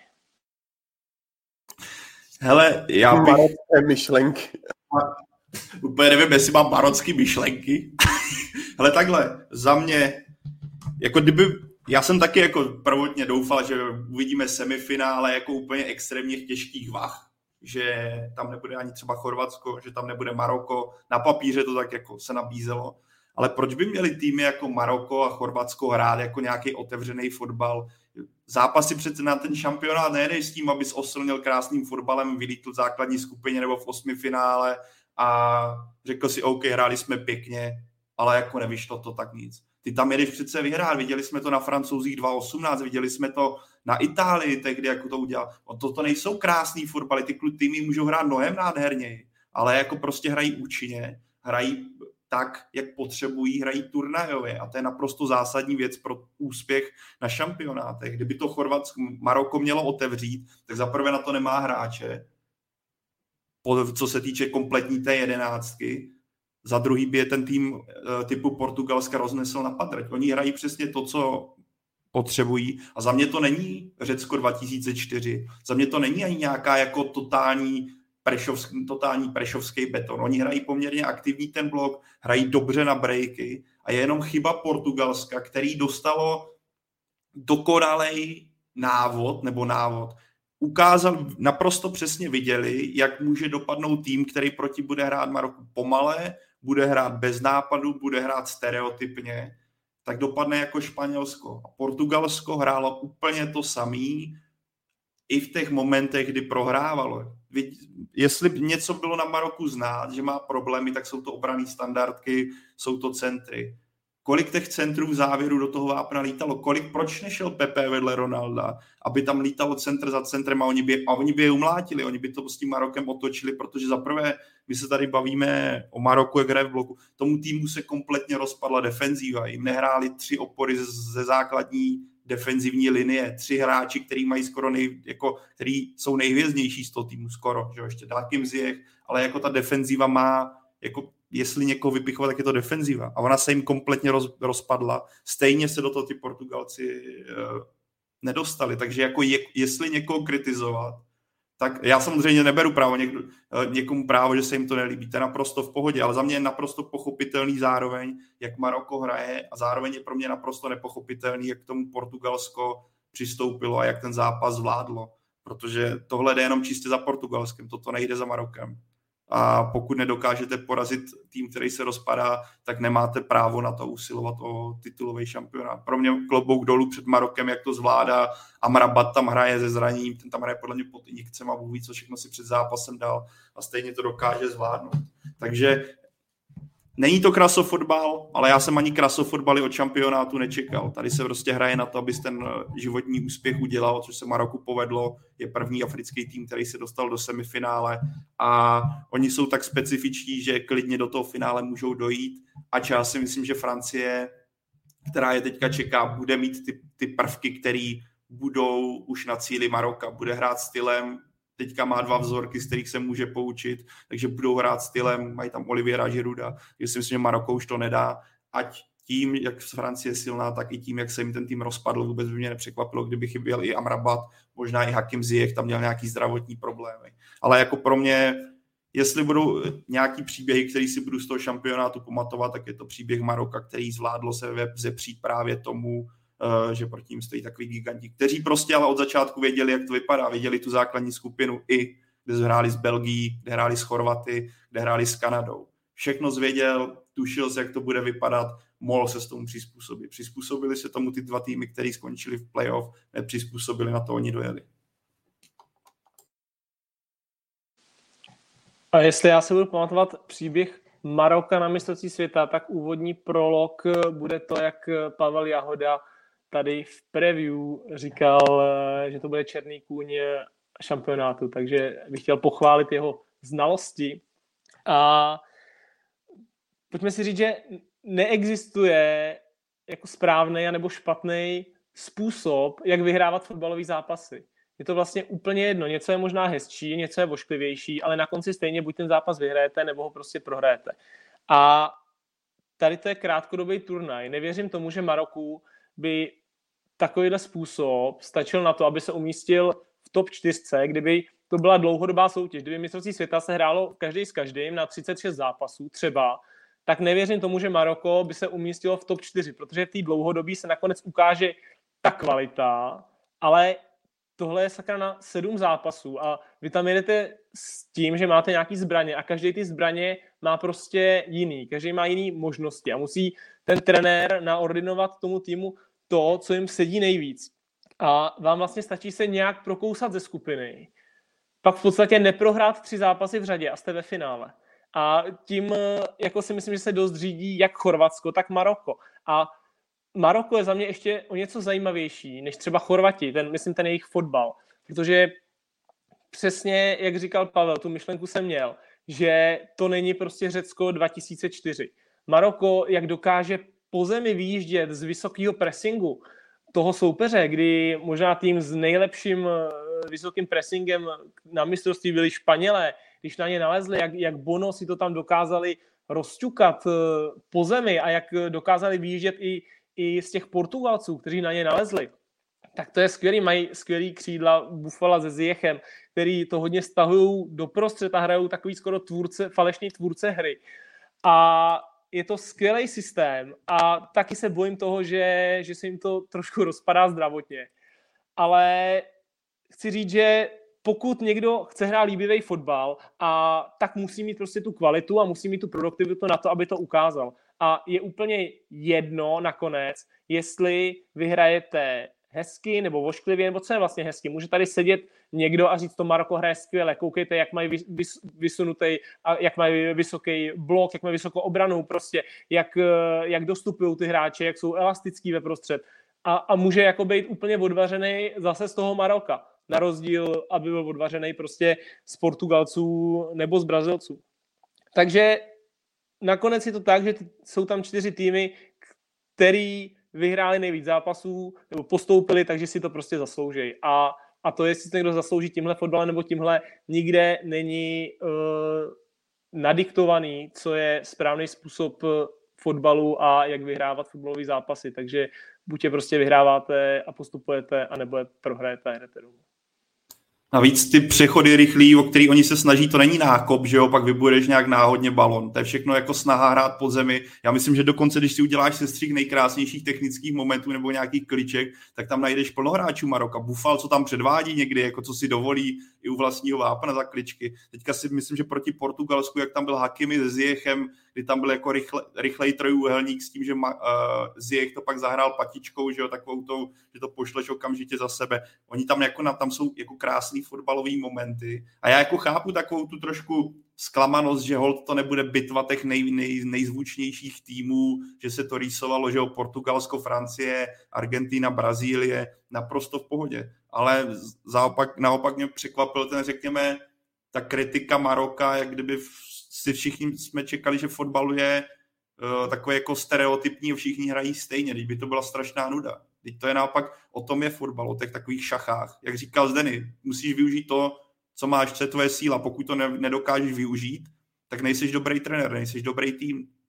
Hele, já bych... Marocké myšlenky. Úplně nevím, jestli mám marocké myšlenky. Hele, takhle, za mě, jako kdyby... Já jsem taky jako prvotně doufal, že uvidíme semifinále jako úplně extrémně těžkých vah, že tam nebude ani třeba Chorvatsko, že tam nebude Maroko. Na papíře to tak jako se nabízelo. Ale proč by měli týmy jako Maroko a Chorvatsko hrát jako nějaký otevřený fotbal? Zápasy přece na ten šampionát nejedeš s tím, abys oslnil krásným fotbalem, vylítl v základní skupině nebo v osmifinále a řekl si, OK, hráli jsme pěkně, ale jako nevyšlo to tak nic. Ty tam jedeš přece vyhrát, viděli jsme to na Francouzích dva tisíce osmnáct, viděli jsme to na Itálii tehdy, jako to udělal. Toto nejsou krásný fotbaly, ty týmy můžou hrát mnohem nádherněji, ale jako prostě hrají účinně, hrají tak, jak potřebují, hrají turnajově a to je naprosto zásadní věc pro úspěch na šampionátech. Kdyby to Chorvatsko, Maroko mělo otevřít, tak zaprvé na to nemá hráče, co se týče kompletní té jedenáctky. Za druhý by je ten tým typu Portugalska roznesl na patrť. Oni hrají přesně to, co potřebují. A za mě to není Řecko dva tisíce čtyři. Za mě to není ani nějaká jako totální prešovský, totální prešovský beton. Oni hrají poměrně aktivní ten blok, hrají dobře na breaky a je jenom chyba Portugalska, který dostalo dokonalej návod nebo návod. Ukázal, naprosto přesně viděli, jak může dopadnout tým, který proti bude hrát Maroku pomale, bude hrát bez nápadu, bude hrát stereotypně, tak dopadne jako Španělsko. A Portugalsko hrálo úplně to samý i v těch momentech, kdy prohrávalo. Jestli něco bylo na Maroku znát, že má problémy, tak jsou to obranné standardky, jsou to centry. Kolik těch centrů v závěru do toho vápna lítalo? Kolik, proč nešel Pepe vedle Ronalda, aby tam lítalo centr za centrem a oni by, a oni by je umlátili, oni by to s tím Marokem otočili, protože zaprvé my se tady bavíme o Maroku, jak hraje v bloku. Tomu týmu se kompletně rozpadla defenzíva, jim nehráli tři opory ze základní defenzivní linie, tři hráči, který mají skoro nej, jako, který jsou nejhvězdnější z toho týmu skoro, že ještě Dakim Ziyech, ale jako ta defenzíva má jako jestli někoho vypichovat, tak je to defenziva. A ona se jim kompletně roz, rozpadla. Stejně se do toho ty Portugalci uh, nedostali. Takže jako je, jestli někoho kritizovat, tak já samozřejmě neberu právo někdo, uh, někomu právo, že se jim to nelíbí. To je naprosto v pohodě, ale za mě je naprosto pochopitelný zároveň, jak Maroko hraje a zároveň je pro mě naprosto nepochopitelný, jak k tomu Portugalsko přistoupilo a jak ten zápas zvládlo. Protože tohle jde jenom čistě za Portugalskem, toto nejde za Marokem. A pokud nedokážete porazit tým, který se rozpadá, tak nemáte právo na to usilovat o titulový šampionát. Pro mě klobouk dolů před Marokem, jak to zvládá. Amrabat tam hraje ze zraněním, ten tam hraje podle mě pod injekcem a Bůh ví, co všechno si před zápasem dal a stejně to dokáže zvládnout. Takže není to krasofotbal, ale já jsem ani krasofotbaly od šampionátu nečekal. Tady se prostě hraje na to, abys ten životní úspěch udělal, což se Maroku povedlo. Je první africký tým, který se dostal do semifinále a oni jsou tak specifičtí, že klidně do toho finále můžou dojít. Ač já si myslím, že Francie, která je teďka čeká, bude mít ty, ty prvky, které budou už na cíli Maroka. Bude hrát stylem, teďka má dva vzorky, z kterých se může poučit, takže budou hrát stylem, mají tam Oliviera Girouda, takže si myslím, že Maroko už to nedá, ať tím, jak Francie je silná, tak i tím, jak se jim ten tým rozpadl, vůbec by mě nepřekvapilo, kdyby chyběl i Amrabat, možná i Hakim Ziyech, tam měl nějaký zdravotní problémy. Ale jako pro mě, jestli budou nějaký příběhy, který si budu z toho šampionátu pamatovat, tak je to příběh Maroka, který zvládlo se vzepřít právě tomu, že proti ním stojí takový giganti, kteří prostě ale od začátku věděli, jak to vypadá, věděli tu základní skupinu i, kde hráli s Belgií, kde hráli s Chorvaty, kde hráli s Kanadou. Všechno zvěděl, tušil se, jak to bude vypadat, mohl se s tomu přizpůsobit. Přizpůsobili se tomu ty dva týmy, který skončili v playoff, nepřizpůsobili, na to oni dojeli. A jestli já se budu pamatovat příběh Maroka na mistrovství světa, tak úvodní prolog bude to, jak Pavel Jahoda tady v preview říkal, že to bude černý kůň šampionátu, takže bych chtěl pochválit jeho znalosti. A pojďme si říct, že neexistuje jako správný nebo špatný způsob, jak vyhrávat fotbalové zápasy. Je to vlastně úplně jedno. Něco je možná hezčí, něco je vošklivější, ale na konci stejně buď ten zápas vyhrajete, nebo ho prostě prohrajete. A tady to je krátkodobý turnaj. Nevěřím tomu, že Maroku by takovýhle způsob stačil na to, aby se umístil v top čtyřce, kdyby to byla dlouhodobá soutěž. Kdyby mistrovství světa se hrálo každý s každým na třicet šest zápasů třeba, tak nevěřím tomu, že Maroko by se umístilo v top čtyři, protože v té dlouhodobí se nakonec ukáže ta kvalita, ale tohle je sakra na sedm zápasů a vy tam jedete s tím, že máte nějaký zbraně a každý ty zbraně má prostě jiný, každý má jiný možnosti a musí ten trenér naordinovat tomu týmu to, co jim sedí nejvíc. A vám vlastně stačí se nějak prokousat ze skupiny, pak v podstatě neprohrát tři zápasy v řadě a jste ve finále. A tím jako si myslím, že se dost řídí jak Chorvatsko, tak Maroko. A Maroko je za mě ještě o něco zajímavější, než třeba Chorvati, ten, myslím ten jejich fotbal. Protože přesně, jak říkal Pavel, tu myšlenku jsem měl, že to není prostě Řecko dva tisíce čtyři. Maroko, jak dokáže po zemi vyjíždět z vysokého pressingu toho soupeře, kdy možná tým s nejlepším vysokým pressingem na mistrovství byli Španělé, když na ně nalezli, jak, jak Bono si to tam dokázali rozťukat po zemi a jak dokázali vyjíždět i, i z těch Portugalců, kteří na ně nalezli, tak to je skvělý. Mají skvělý křídla Buffala se Ziyechem, který to hodně stahují doprostřed a hrajou takový skoro tvůrce, falešný tvůrce hry. A je to skvělý systém a taky se bojím toho, že, že se jim to trošku rozpadá zdravotně. Ale chci říct, že pokud někdo chce hrát líbivý fotbal, a tak musí mít prostě tu kvalitu a musí mít tu produktivitu na to, aby to ukázal. A je úplně jedno nakonec, jestli vyhrajete hezky nebo vošklivě, nebo co je vlastně hezky. Může tady sedět někdo a říct, to Maroko hraje skvěle, koukejte, jak mají vys, vysunutý, jak mají vysoký blok, jak mají vysokou obranu, prostě, jak, jak dostupují ty hráče, jak jsou elastický ve prostřed. A, a může jako být úplně odvařený zase z toho Maroka. Na rozdíl, aby byl odvařený prostě z Portugalců nebo z Brazilců. Takže nakonec je to tak, že jsou tam čtyři týmy, který vyhráli nejvíc zápasů nebo postoupili, takže si to prostě zaslouží. A, a to, jestli někdo zaslouží tímhle fotbalem nebo tímhle, nikde není uh, nadiktovaný, co je správný způsob fotbalu a jak vyhrávat fotbalové zápasy. Takže buď je prostě vyhráváte a postupujete, anebo je prohrajete a jdete domů. Navíc ty přechody rychlý, o který oni se snaží, to není nákop, že jo, pak vybudeš nějak náhodně balon. To je všechno jako snaha hrát pod zemi. Já myslím, že dokonce, když si uděláš sestřih nejkrásnějších technických momentů nebo nějakých kliček, tak tam najdeš plno hráčů Maroka. Buffal, co tam předvádí někdy, jako co si dovolí i u vlastního vápna za kličky. Teďka si myslím, že proti Portugalsku, jak tam byl Hakimi se Ziyechem, kdy tam byl jako rychle, rychlej trojúhelník s tím, že uh, Ziyech to pak zahrál patičkou, že jo, takovou tou, že to pošleš okamžitě za sebe. Oni tam jako na, tam jsou jako krásný fotbalový momenty. A já jako chápu takovou tu trošku zklamanost, že holt to nebude bitva těch nej, nej, nejzvučnějších týmů, že se to rýsovalo, že jo, Portugalsko, Francie, Argentina, Brazílie, naprosto v pohodě. Ale zaopak, naopak mě překvapil ten, řekněme, ta kritika Maroka, jak kdyby si všichni jsme čekali, že fotbal je uh, takový jako stereotypní, všichni hrají stejně, když by to byla strašná nuda. Teď to je naopak, o tom je fotbal, o těch takových šachách. Jak říkal Zdeny, musíš využít to, co máš, co je tvoje síla. Pokud to ne, nedokážeš využít, tak nejseš dobrý trenér, nejseš dobrý tým.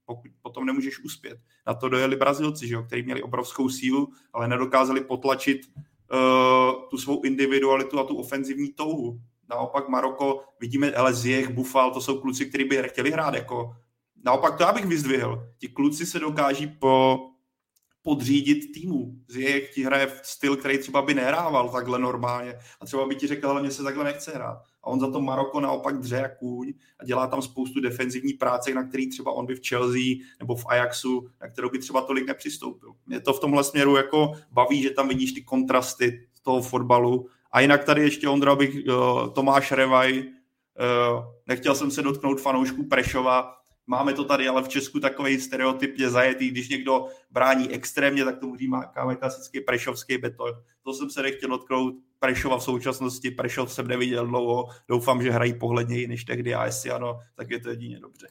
pokud potom nemůžeš uspět. Na to dojeli Brazilci, že jo, kteří měli obrovskou sílu, ale nedokázali potlačit uh, tu svou individualitu a tu ofenzivní touhu. Naopak Maroko, vidíme El Ziyech, Boufal, to jsou kluci, kteří by chtěli hrát jako... Naopak to já bych vyzdvihl. Ti kluci se dokáží po... podřídit týmu. Ziyech ti hraje v styl, který třeba by nehrával takhle normálně a třeba by ti řekl, ale mně se takhle nechce hrát. A on za to Maroko naopak dře jak kůň a dělá tam spoustu defenzivní práce, na který třeba on by v Chelsea nebo v Ajaxu, na kterou by třeba tolik nepřistoupil. Mě to v tomhle směru jako baví, že tam vidíš ty kontrasty toho fotbalu. A jinak tady ještě, Ondra, bych uh, Tomáš Revaj, uh, nechtěl jsem se dotknout fanoušků Prešova. Máme to tady, ale v Česku takový stereotypně zajetý, když někdo brání extrémně, tak tomu říkáme klasický prešovský beton. To jsem se nechtěl dotknout. Prešova v současnosti, Prešov jsem neviděl dlouho, doufám, že hrají pohledněji než tehdy a jestli ano, tak je to jedině dobře.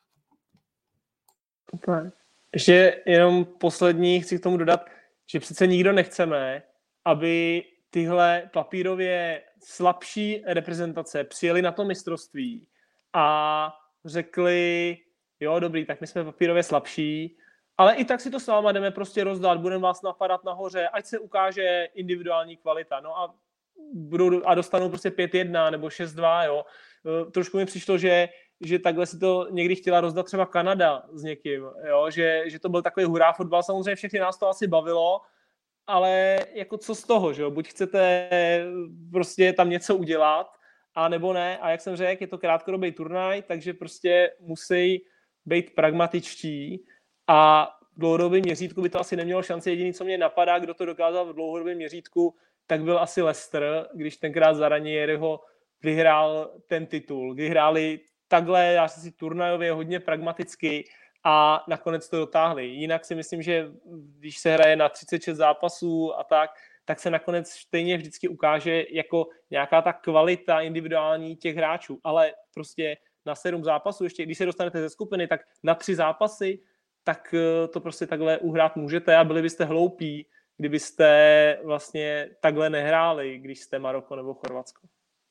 Ještě jenom poslední chci k tomu dodat, že přece nikdo nechceme, aby tyhle papírově slabší reprezentace přijeli na to mistrovství a řekli, jo, dobrý, tak my jsme papírově slabší, ale i tak si to s váma jdeme prostě rozdat, budeme vás napadat nahoře, ať se ukáže individuální kvalita, no a, budou, a dostanou prostě pět jedna nebo šest dva, jo. Trošku mi přišlo, že, že takhle si to někdy chtěla rozdat třeba Kanada s někým, jo, že, že to byl takový hurá fotbal, samozřejmě všechny nás to asi bavilo, ale jako co z toho, že jo, buď chcete prostě tam něco udělat, a nebo ne, a jak jsem řekl, je to krátkodobý turnaj, takže prostě musí být pragmatičtí a v dlouhodobém měřítku by to asi nemělo šanci. Jediný, co mě napadá, kdo to dokázal v dlouhodobém měřítku, tak byl asi Leicester, když tenkrát za Ranieriho vyhrál ten titul. Kdy hráli takhle, já si turnajově hodně pragmaticky a nakonec to dotáhli. Jinak si myslím, že když se hraje na třicet šest zápasů a tak, tak se nakonec stejně vždycky ukáže jako nějaká ta kvalita individuální těch hráčů. Ale prostě na sedm zápasů, ještě když se dostanete ze skupiny, tak na tři zápasy, tak to prostě takhle uhrát můžete a byli byste hloupí, kdybyste vlastně takhle nehráli, když jste Maroko nebo Chorvatsko.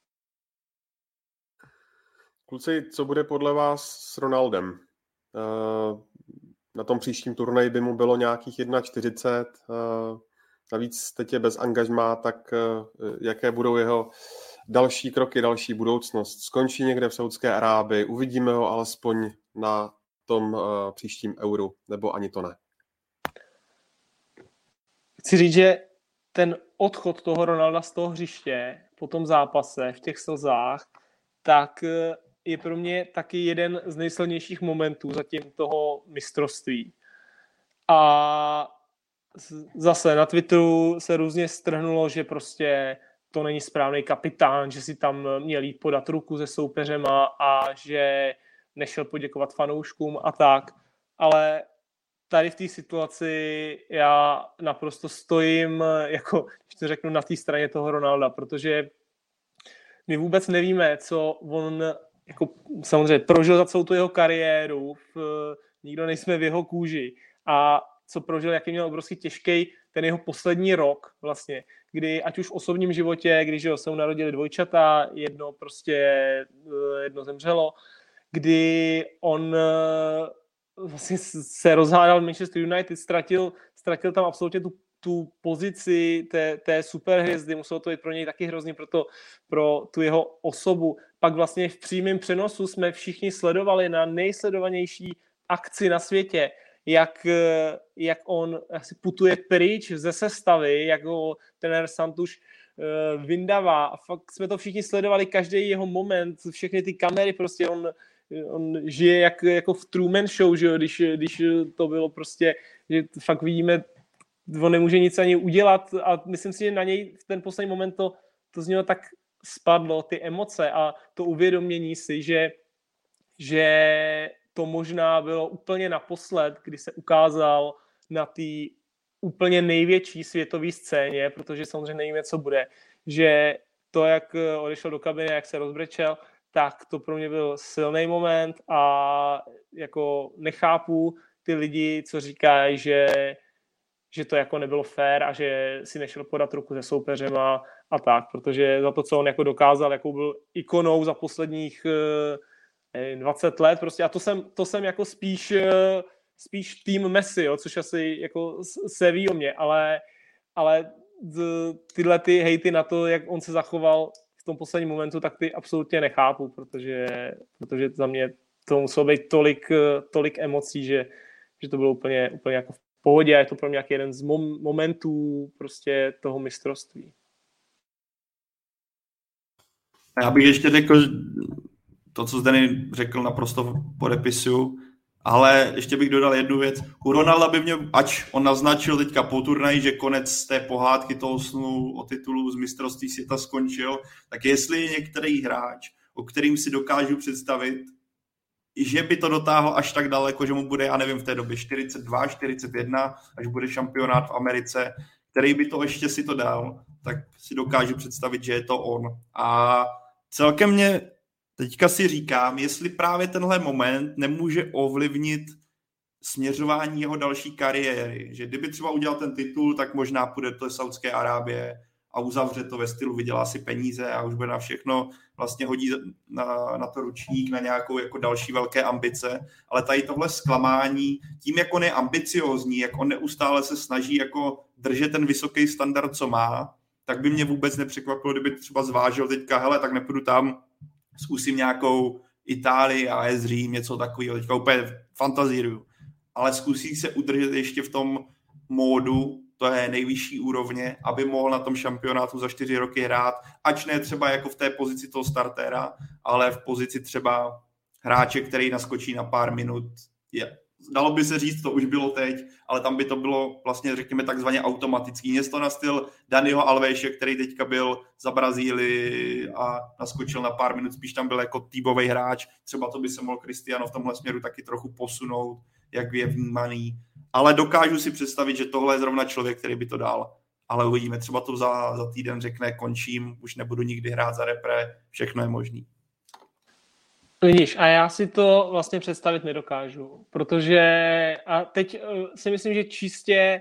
Kluci, co bude podle vás s Ronaldem? Na tom příštím turnaji by mu bylo nějakých čtyřicet jedna. Navíc teď je bez angažmá, tak jaké budou jeho další kroky, další budoucnost? Skončí někde v Saudské Arábii, uvidíme ho alespoň na tom příštím euru, nebo ani to ne? Chci říct, že ten odchod toho Ronalda z toho hřiště po tom zápase, v těch slzách, tak je pro mě taky jeden z nejsilnějších momentů zatím toho mistrovství. A zase na Twitteru se různě strhnulo, že prostě to není správný kapitán, že si tam měl jít podat ruku se soupeřema a že nešel poděkovat fanouškům a tak. Ale tady v té situaci já naprosto stojím, jako, když to řeknu, na té straně toho Ronalda, protože my vůbec nevíme, co on jako, samozřejmě prožil za celou tu jeho kariéru, v, nikdo nejsme v jeho kůži a co prožil, jaký měl obrovský těžký ten jeho poslední rok vlastně, kdy ať už v osobním životě, když jo, se mu narodili dvojčata, jedno prostě jedno zemřelo, kdy on vlastně se rozhádal Manchester United, ztratil, ztratil tam absolutně tu, tu pozici té, té superhvězdy, muselo to být pro něj taky hrozný pro, to, pro tu jeho osobu. Pak vlastně v přímém přenosu jsme všichni sledovali na nejsledovanější akci na světě, jak, jak on asi putuje pryč ze sestavy, jak ho trenér Santuš uh, vyndává a fakt jsme to všichni sledovali, každý jeho moment, všechny ty kamery, prostě on, on žije jak, jako v Truman Show, že jo? Když, když to bylo prostě, že fakt vidíme, on nemůže nic ani udělat a myslím si, že na něj v ten poslední moment to, to z něho tak spadlo, ty emoce a to uvědomění si, že, že to možná bylo úplně naposled, kdy se ukázal na té úplně největší světové scéně, protože samozřejmě nevíme, co bude, že to, jak odešel do kabiny, jak se rozbrečel, tak to pro mě byl silný moment a jako nechápu ty lidi, co říkají, že, že to jako nebylo fér a že si nešel podat ruku se soupeřem a, a tak, protože za to, co on jako dokázal, jakou byl ikonou za posledních nevím, dvacet let prostě a to jsem, to jsem jako spíš, spíš tým Messi, jo, což asi jako se ví o mě, ale, ale tyhle ty hejty na to, jak on se zachoval v tom posledním momentu, tak ty absolutně nechápu, protože, protože za mě to muselo být tolik, tolik emocí, že, že to bylo úplně, úplně jako v pohodě a je to pro mě jako jeden z mom, momentů prostě toho mistrovství. Já bych ještě řekl, to, co Zdeny řekl, naprosto podepisuju, ale ještě bych dodal jednu věc. U Ronalda by mě, ač on naznačil teďka po turnaji, že konec té pohádky toho snu o titulu z mistrovství světa skončil, tak jestli je některý hráč, o kterým si dokážu představit, že by to dotáhl až tak daleko, že mu bude, já nevím, v té době čtyřicet dva, čtyřicet jedna, až bude šampionát v Americe, který by to ještě si to dal, tak si dokážu představit, že je to on. A celkem mě teďka si říkám, jestli právě tenhle moment nemůže ovlivnit směřování jeho další kariéry. Že kdyby třeba udělal ten titul, tak možná půjde do Saudské Arábie a uzavře to ve stylu, vydělá si peníze a už bude na všechno, vlastně hodí na, na to ručník, na nějakou jako další velké ambice. Ale tady tohle zklamání, tím, jak on je ambiciózní, jak on neustále se snaží jako držet ten vysoký standard, co má, tak by mě vůbec nepřekvapilo, kdyby třeba zvážil teďka, hele, tak nepůjdu tam, zkusím nějakou Itálii, A S Řím, něco takového, teďka úplně fantazíruju. Ale zkusí se udržet ještě v tom módu, to je nejvyšší úrovně, aby mohl na tom šampionátu za čtyři roky hrát, ač ne třeba jako v té pozici toho startéra, ale v pozici třeba hráče, který naskočí na pár minut. Je. Dalo by se říct, to už bylo teď, ale tam by to bylo vlastně, řekněme, takzvaně automatický. Něco na styl Daniho Alvéše, který teďka byl za Brazílii a naskočil na pár minut, spíš tam byl jako týmový hráč. Třeba to by se mohl Cristiano v tomhle směru taky trochu posunout, jak je vnímaný. Ale dokážu si představit, že tohle je zrovna člověk, který by to dal. Ale uvidíme, třeba to za, za týden řekne, končím, už nebudu nikdy hrát za repre, všechno je možný. Vidíš, a já si to vlastně představit nedokážu, protože a teď si myslím, že čistě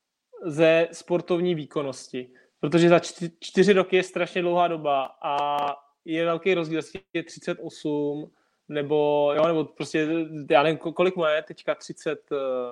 ze sportovní výkonnosti, protože za čty, čtyři roky je strašně dlouhá doba a je velký rozdíl, jestli je třicet osm, nebo, jo, nebo prostě, já nevím, kolik mu je teďka, třicet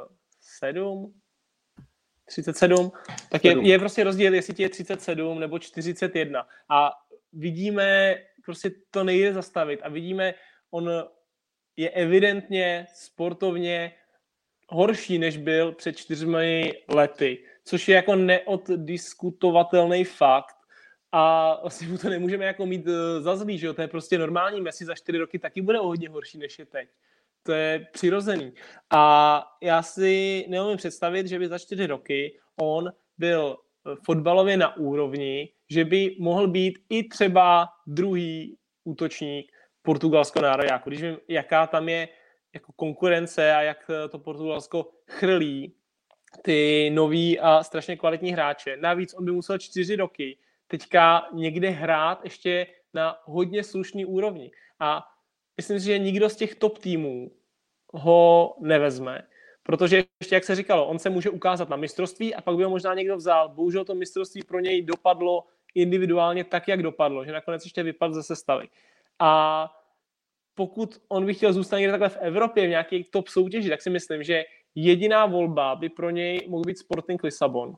sedm? třicet sedm? Tak je, je prostě rozdíl, jestli ti je třicet sedm nebo čtyřicet jedna. A vidíme, prostě to nejde zastavit a vidíme, on je evidentně sportovně horší, než byl před čtyřmi lety, což je jako neoddiskutovatelný fakt a vlastně mu to nemůžeme jako mít za zlý, že jo, to je prostě normální. Messi za čtyři roky taky bude o hodně horší, než je teď. To je přirozený. A já si neumím představit, že by za čtyři roky on byl fotbalově na úrovni, že by mohl být i třeba druhý útočník portugalského nároďáku. Když vím, jaká tam je jako konkurence a jak to Portugalsko chrlí ty nový a strašně kvalitní hráče. Navíc on by musel čtyři roky teďka někde hrát ještě na hodně slušný úrovni. A myslím si, že nikdo z těch top týmů ho nevezme, protože ještě, jak se říkalo, on se může ukázat na mistrovství a pak by ho možná někdo vzal. Bohužel to mistrovství pro něj dopadlo individuálně tak, jak dopadlo, že nakonec ještě vypadl ze sestavy. A pokud on by chtěl zůstat někde takhle v Evropě, v nějaké top soutěži, tak si myslím, že jediná volba by pro něj mohl být Sporting Lisabon,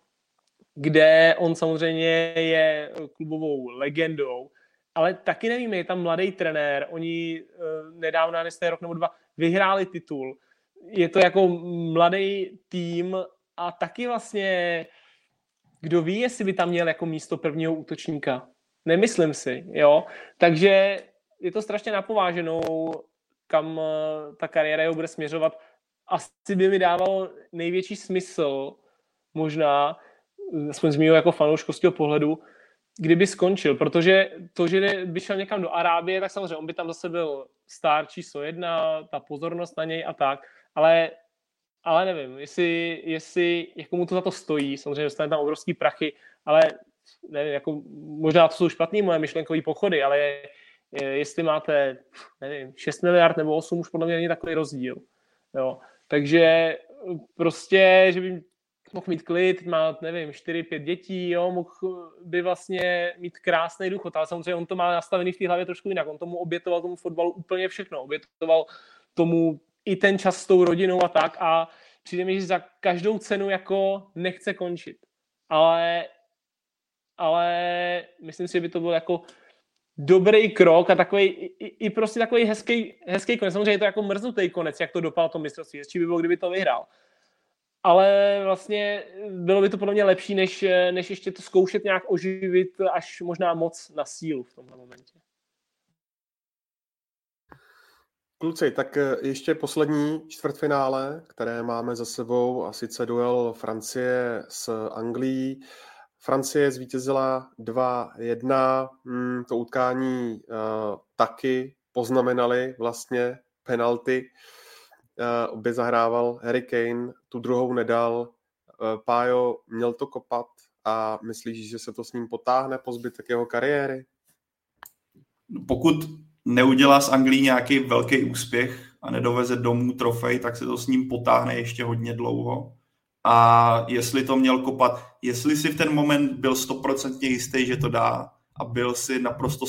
kde on samozřejmě je klubovou legendou, ale taky nevíme, je tam mladý trenér, oni nedávno, nesté rok nebo dva, vyhráli titul. Je to jako mladý tým a taky vlastně, kdo ví, jestli by tam měl jako místo prvního útočníka. Nemyslím si, jo. Takže je to strašně napováženou, kam ta kariéra jeho bude směřovat. Asi by mi dávalo největší smysl, možná, aspoň z mého jako fanouškovského pohledu, kdyby skončil, protože to, že by šel někam do Arábie, tak samozřejmě on by tam zase byl star číslo jedna, ta pozornost na něj a tak, ale, ale nevím, jestli, jestli jako mu to za to stojí, samozřejmě dostane tam obrovský prachy, ale nevím, jako možná to jsou špatný moje myšlenkové pochody, ale je, je, jestli máte, nevím, šest miliard nebo osm, už podle mě není takový rozdíl, jo, takže prostě, že by mohl mít klid, má, nevím, čtyři pět dětí, jo, mohl by vlastně mít krásný důchod, ale samozřejmě on to má nastavený v té hlavě trošku jinak. On tomu obětoval tomu fotbalu úplně všechno. Obětoval tomu i ten čas s tou rodinou a tak a přijde mi, že za každou cenu jako nechce končit. Ale, ale myslím si, že by to byl jako dobrý krok a takový, i, i prostě takový hezký, hezký konec. Samozřejmě je to jako mrznutý konec, jak to dopadlo to mistrovství. Hezčí by bylo, kdyby to vyhrál. Ale vlastně bylo by to podle mě lepší, než, než ještě to zkoušet nějak oživit až možná moc na sílu v tomhle momentě. Kluci, tak ještě poslední čtvrtfinále, které máme za sebou, a sice duel Francie s Anglií. Francie zvítězila dva jedna, hmm, to utkání uh, taky poznamenali vlastně penalty. Uh, obě zahrával Harry Kane, tu druhou nedal. Uh, Pájo, měl to kopat a myslíš, že se to s ním potáhne po zbytek jeho kariéry? Pokud neudělá z Anglii nějaký velký úspěch a nedoveze domů trofej, tak se to s ním potáhne ještě hodně dlouho. A jestli to měl kopat, jestli si v ten moment byl stoprocentně jistý, že to dá a byl si naprosto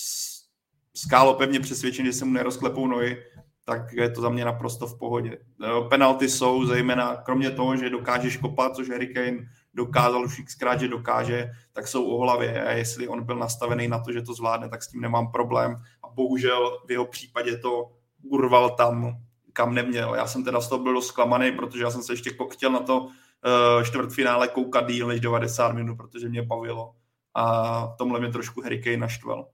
skálopevně přesvědčen, že se mu nerozklepou nohy, tak je to za mě naprosto v pohodě. Penalty jsou zejména, kromě toho, že dokážeš kopat, což Harry Kane dokázal už xkrát, že dokáže, tak jsou o hlavě. A jestli on byl nastavený na to, že to zvládne, tak s tím nemám problém. A bohužel v jeho případě to urval tam, kam neměl. Já jsem teda z toho byl dost zklamaný, protože já jsem se ještě chtěl na to uh, čtvrtfinále koukat díl než devadesát minut, protože mě bavilo. A v tomhle mě trošku Harry Kane naštval.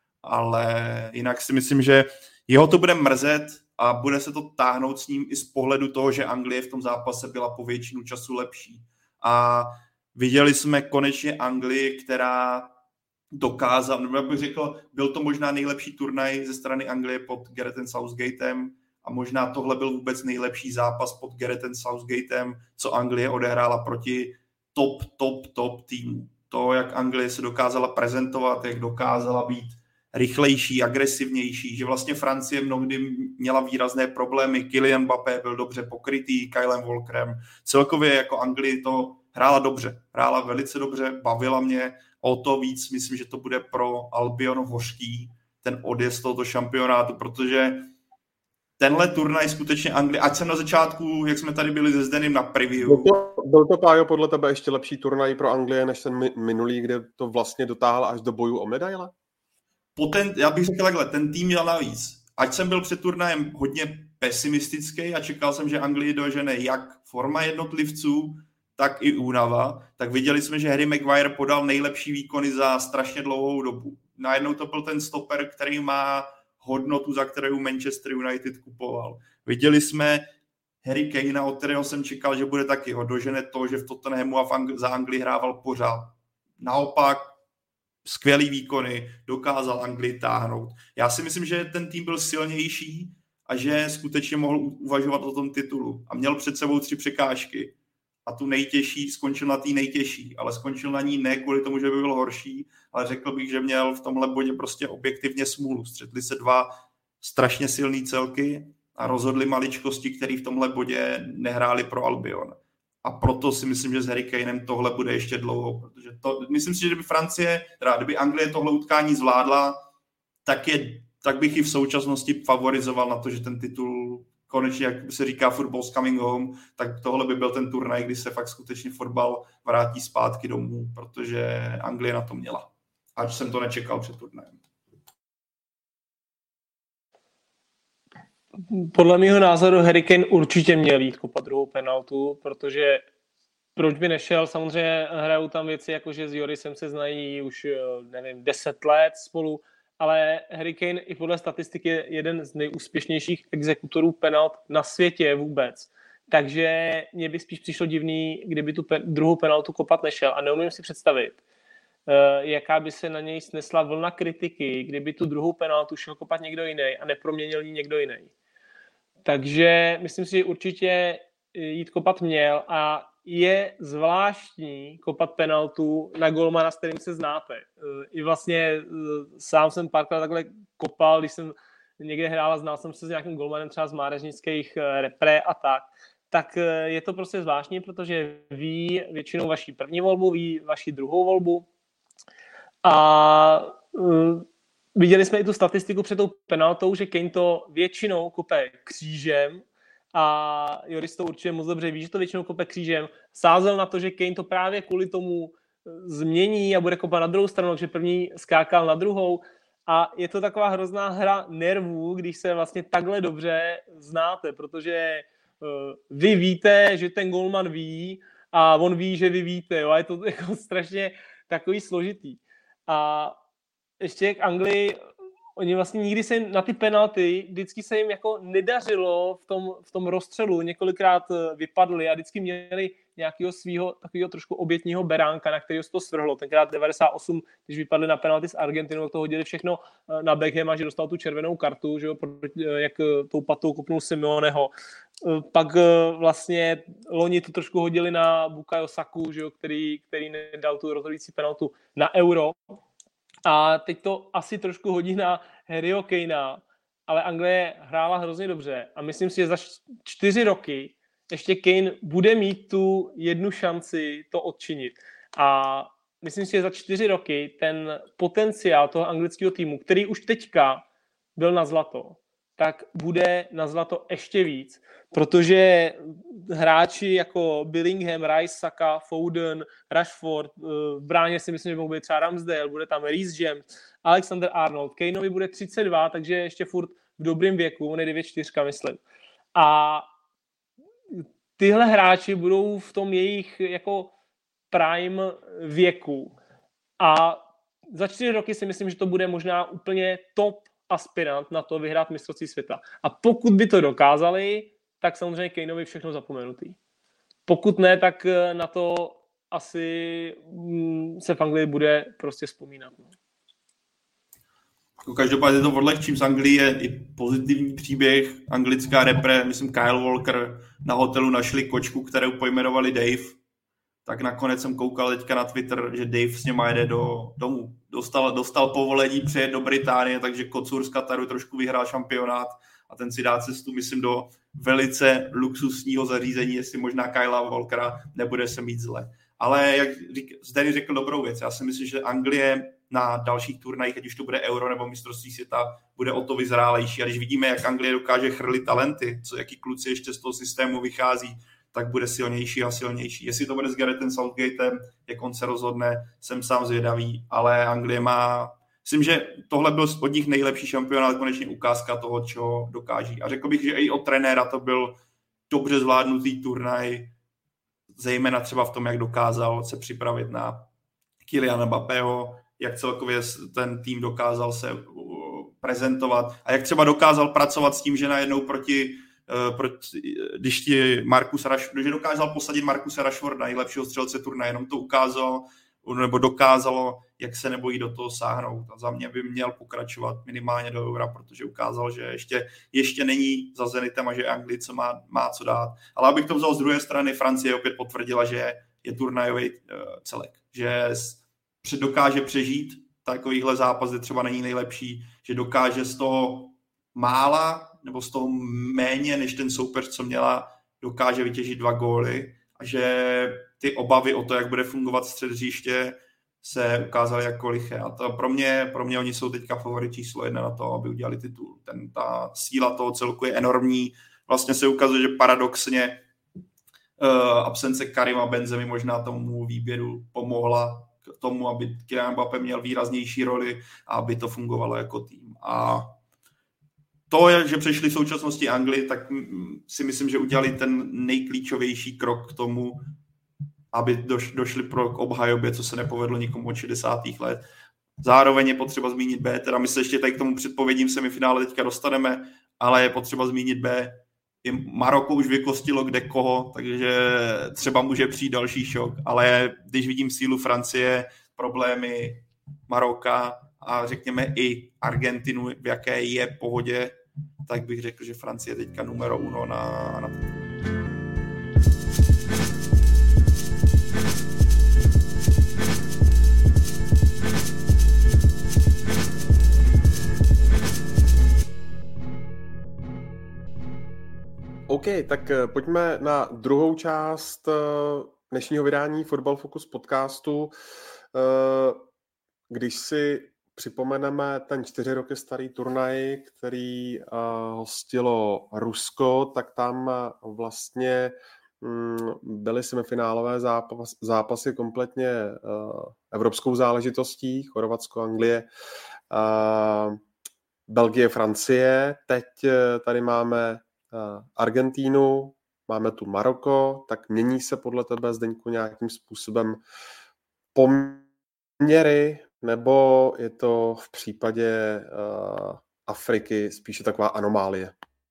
Ale jinak si myslím, že jeho to bude mrzet a bude se to táhnout s ním i z pohledu toho, že Anglie v tom zápase byla po většinu času lepší. A viděli jsme konečně Anglii, která dokázala, nebo bych řekl, byl to možná nejlepší turnaj ze strany Anglie pod Garethem Southgatem a možná tohle byl vůbec nejlepší zápas pod Garethem Southgatem, co Anglie odehrála proti top, top, top týmu. To, jak Anglie se dokázala prezentovat, jak dokázala být rychlejší, agresivnější, že vlastně Francie mnohdy měla výrazné problémy, Kylian Mbappé byl dobře pokrytý, Kylem Walkerem, celkově jako Anglii to hrála dobře, hrála velice dobře, bavila mě, o to víc myslím, že to bude pro Albion hořký, ten odjezd tohoto šampionátu, protože tenhle turnaj skutečně Anglie, ať jsem na začátku, jak jsme tady byli se Zdenem na preview. Byl to, byl to, Pájo, podle tebe ještě lepší turnaj pro Anglie, než ten minulý, kde to vlastně dotáhl až do bojů o medaile? Poten, já bych řekl takhle, ten tým měl navíc. Ať jsem byl před turnajem hodně pesimistický a čekal jsem, že Anglii dožene jak forma jednotlivců, tak i únava, tak viděli jsme, že Harry Maguire podal nejlepší výkony za strašně dlouhou dobu. Najednou to byl ten stoper, který má hodnotu, za kterou Manchester United kupoval. Viděli jsme Harry Kanea, od kterého jsem čekal, že bude taky ho dožene to, že v Tottenhamu a v Angl- za Anglii hrával pořád. Naopak skvělý výkony, dokázal Anglii táhnout. Já si myslím, že ten tým byl silnější a že skutečně mohl uvažovat o tom titulu. A měl před sebou tři překážky. A tu nejtěžší skončil na té nejtěžší, ale skončil na ní ne kvůli tomu, že by byl horší, ale řekl bych, že měl v tomhle bodě prostě objektivně smůlu. Střetli se dva strašně silný celky a rozhodli maličkosti, který v tomhle bodě nehráli pro Albion. A proto si myslím, že s Harry Kanem tohle bude ještě dlouho, protože to, myslím si, že kdyby Francie, teda kdyby Anglie tohle utkání zvládla, tak, je, tak bych i v současnosti favorizoval na to, že ten titul konečně, jak se říká football's coming home, tak tohle by byl ten turnaj, kdy se fakt skutečně fotbal vrátí zpátky domů, protože Anglie na to měla. Ač jsem to nečekal před turnajem. Podle mého názoru Harry Kane určitě měl jít kopat druhou penaltu, protože proč by nešel? Samozřejmě hrajou tam věci, jako že s Jorisem se znají už, nevím, deset let spolu, ale Harry Kane i podle statistik je jeden z nejúspěšnějších exekutorů penalt na světě vůbec. Takže mně by spíš přišlo divný, kdyby tu pe- druhou penaltu kopat nešel. A neumím si představit, uh, jaká by se na něj snesla vlna kritiky, kdyby tu druhou penaltu šel kopat někdo jiný a neproměnil ji někdo jiný. Takže myslím si, že určitě jít kopat měl a je zvláštní kopat penaltu na golmana, s kterým se znáte. I vlastně sám jsem párkrát takhle kopal, když jsem někde hrál a znal jsem se s nějakým golmanem třeba z mládežnických repre a tak. tak je to prostě zvláštní, protože ví většinou vaši první volbu, ví vaši druhou volbu. A uh, viděli jsme i tu statistiku před tou penaltou, že Kane to většinou kope křížem a Joris to určitě moc dobře ví, že to většinou kope křížem. Sázel na to, že Kane to právě kvůli tomu změní a bude kopat na druhou stranu, takže první skákal na druhou. A je to taková hrozná hra nervů, když se vlastně takhle dobře znáte, protože uh, vy víte, že ten golman ví a on ví, že vy víte. Jo? A je to jako strašně takový složitý. A ještě k Anglii, oni vlastně nikdy se jim na ty penalty, vždycky se jim jako nedařilo v tom, v tom rozstřelu, několikrát vypadli a vždycky měli nějakého svého takového trošku obětního beránka, na kterého se to svrhlo. Tenkrát devadesát osm, když vypadli na penalty s Argentinou, to hodili všechno na Beckhama, že dostal tu červenou kartu, že jo, jak tou patou kopnul Simeoneho. Pak vlastně loni to trošku hodili na Bukayo Saku, že jo, který, který nedal tu rozhodující penaltu na Euro. A teď to asi trošku hodí na Harryho Kanea, ale Anglie hrála hrozně dobře a myslím si, že za čtyři roky ještě Kane bude mít tu jednu šanci to odčinit. A myslím si, že za čtyři roky ten potenciál toho anglického týmu, který už teďka byl na zlato, tak bude na zlato ještě víc, protože hráči jako Bellingham, Rice, Saka, Foden, Rashford, v bráně si myslím, že mohl být třeba Ramsdale, bude tam Reece James, Alexander Arnold, Kaneovi bude třicet dva, takže ještě furt v dobrém věku, on je devět čtyři, myslím. A tyhle hráči budou v tom jejich jako prime věku. A za čtyři roky si myslím, že to bude možná úplně top aspirant na to vyhrát mistrovství světa. A pokud by to dokázali, tak samozřejmě Kaneovi všechno zapomenutý. Pokud ne, tak na to asi se v Anglii bude prostě vzpomínat. Každopádně to odlehčím, z Anglii je i pozitivní příběh. Anglická repre, myslím Kyle Walker, na hotelu našli kočku, kterou pojmenovali Dave. Tak nakonec jsem koukal teďka na Twitter, že Dave s něma jede do domů. Dostal, dostal povolení přijet do Británie, takže Kocur z Kataru trošku vyhrál šampionát a ten si dá cestu, myslím, do velice luxusního zařízení, jestli možná Kyla Walkera nebude se mít zle. Ale jak Zdeny řekl dobrou věc, já si myslím, že Anglie na dalších turnajích, ať už to bude Euro nebo mistrovství světa, bude o to vyzrálejší. A když vidíme, jak Anglie dokáže chrlit talenty, co jaký kluci ještě z toho systému vychází, tak bude silnější a silnější. Jestli to bude s Garethem Southgatem, jak on se rozhodne, jsem sám zvědavý, ale Anglie má... Myslím, že tohle byl od nich nejlepší šampionát, konečně ukázka toho, čeho dokáží. A řekl bych, že i od trenéra to byl dobře zvládnutý turnaj, zejména třeba v tom, jak dokázal se připravit na Kyliana Mbappého, jak celkově ten tým dokázal se prezentovat a jak třeba dokázal pracovat s tím, že najednou proti, proti když ti Marcus Rashford, že dokázal posadit Marcusa Rashforda, nejlepšího střelce turnaje, jenom to ukázalo, nebo dokázalo, jak se nebojí do toho sáhnout. A za mě by měl pokračovat minimálně do Eura, protože ukázal, že ještě, ještě není za Zenitem a že Anglice má, má co dát. Ale abych to vzal z druhé strany, Francie opět potvrdila, že je turnajový uh, celek, že dokáže přežít takovýhle zápas, kde třeba není nejlepší, že dokáže z toho mála nebo z toho méně než ten soupeř, co měla, dokáže vytěžit dva góly a že ty obavy o to, jak bude fungovat střed hřiště, se ukázaly jako liché. A to pro mě, pro mě oni jsou teďka favorit číslo jedna na to, aby udělali titul. Ten, ta síla toho celku je enormní. Vlastně se ukazuje, že paradoxně uh, absence Karima Benzemy možná tomu výběru pomohla k tomu, aby Kylian Mbappé měl výraznější roli a aby to fungovalo jako tým. A to, že přešli v současnosti Anglii, tak si myslím, že udělali ten nejklíčovější krok k tomu, aby doš, došli pro k obhajobě, co se nepovedlo nikomu od šedesátých let. Zároveň je potřeba zmínit B, teda my se ještě tady k tomu předpovědím semifinále teďka dostaneme, ale je potřeba zmínit B. I Maroko už vykostilo kde koho, takže třeba může přijít další šok, ale když vidím sílu Francie, problémy Maroka a řekněme i Argentinu, v jaké je pohodě, tak bych řekl, že Francie je teďka numero uno na, na OK, OK, tak pojďme na druhou část dnešního vydání Fotbal Focus podcastu. Když si připomeneme ten čtyři roky starý turnaj, který hostilo Rusko, tak tam vlastně byly semifinálové zápas, zápasy kompletně evropskou záležitostí, Chorvatsko, Anglie, Belgie, Francie. Teď tady máme Argentínu, máme tu Maroko, tak mění se podle tebe, Zdeňku, nějakým způsobem poměry, nebo je to v případě uh, Afriky spíše taková anomálie?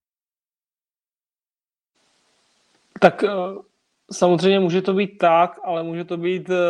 Tak uh, samozřejmě může to být tak, ale může to být uh,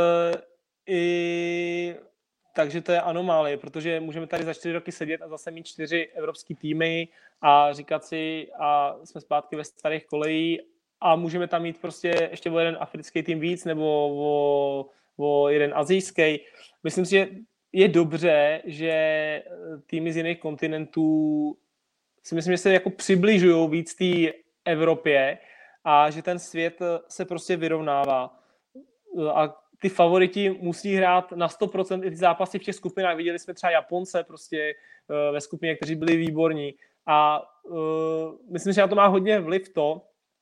i takže to je anomálie, protože můžeme tady za čtyři roky sedět a zase mít čtyři evropský týmy a říkat si, a jsme zpátky ve starých kolejí a můžeme tam mít prostě ještě o jeden africký tým víc nebo o, o jeden asijský. Myslím si, že je dobře, že týmy z jiných kontinentů si myslím, že se jako přibližují víc té Evropě a že ten svět se prostě vyrovnává. A ty favoriti musí hrát na sto procent i ty zápasy v těch skupinách. Viděli jsme třeba Japonce prostě ve skupině, kteří byli výborní. A uh, myslím, že na to má hodně vliv to,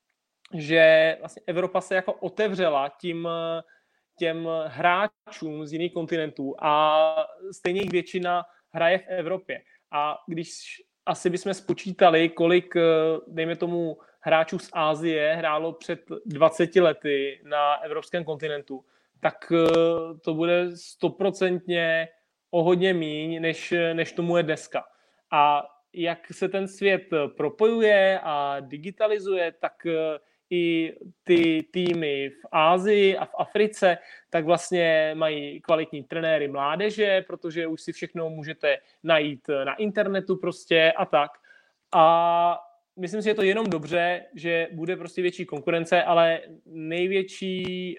že vlastně Evropa se jako otevřela tím, těm hráčům z jiných kontinentů a stejně jich většina hraje v Evropě. A když asi bychom spočítali, kolik, dejme tomu, hráčů z Asie hrálo před dvaceti lety na evropském kontinentu, tak to bude stoprocentně o hodně míň, než, než tomu je dneska. A jak se ten svět propojuje a digitalizuje, tak i ty týmy v Asii a v Africe, tak vlastně mají kvalitní trenéry mládeže, protože už si všechno můžete najít na internetu prostě a tak. A myslím si, že je to jenom dobře, že bude prostě větší konkurence, ale největší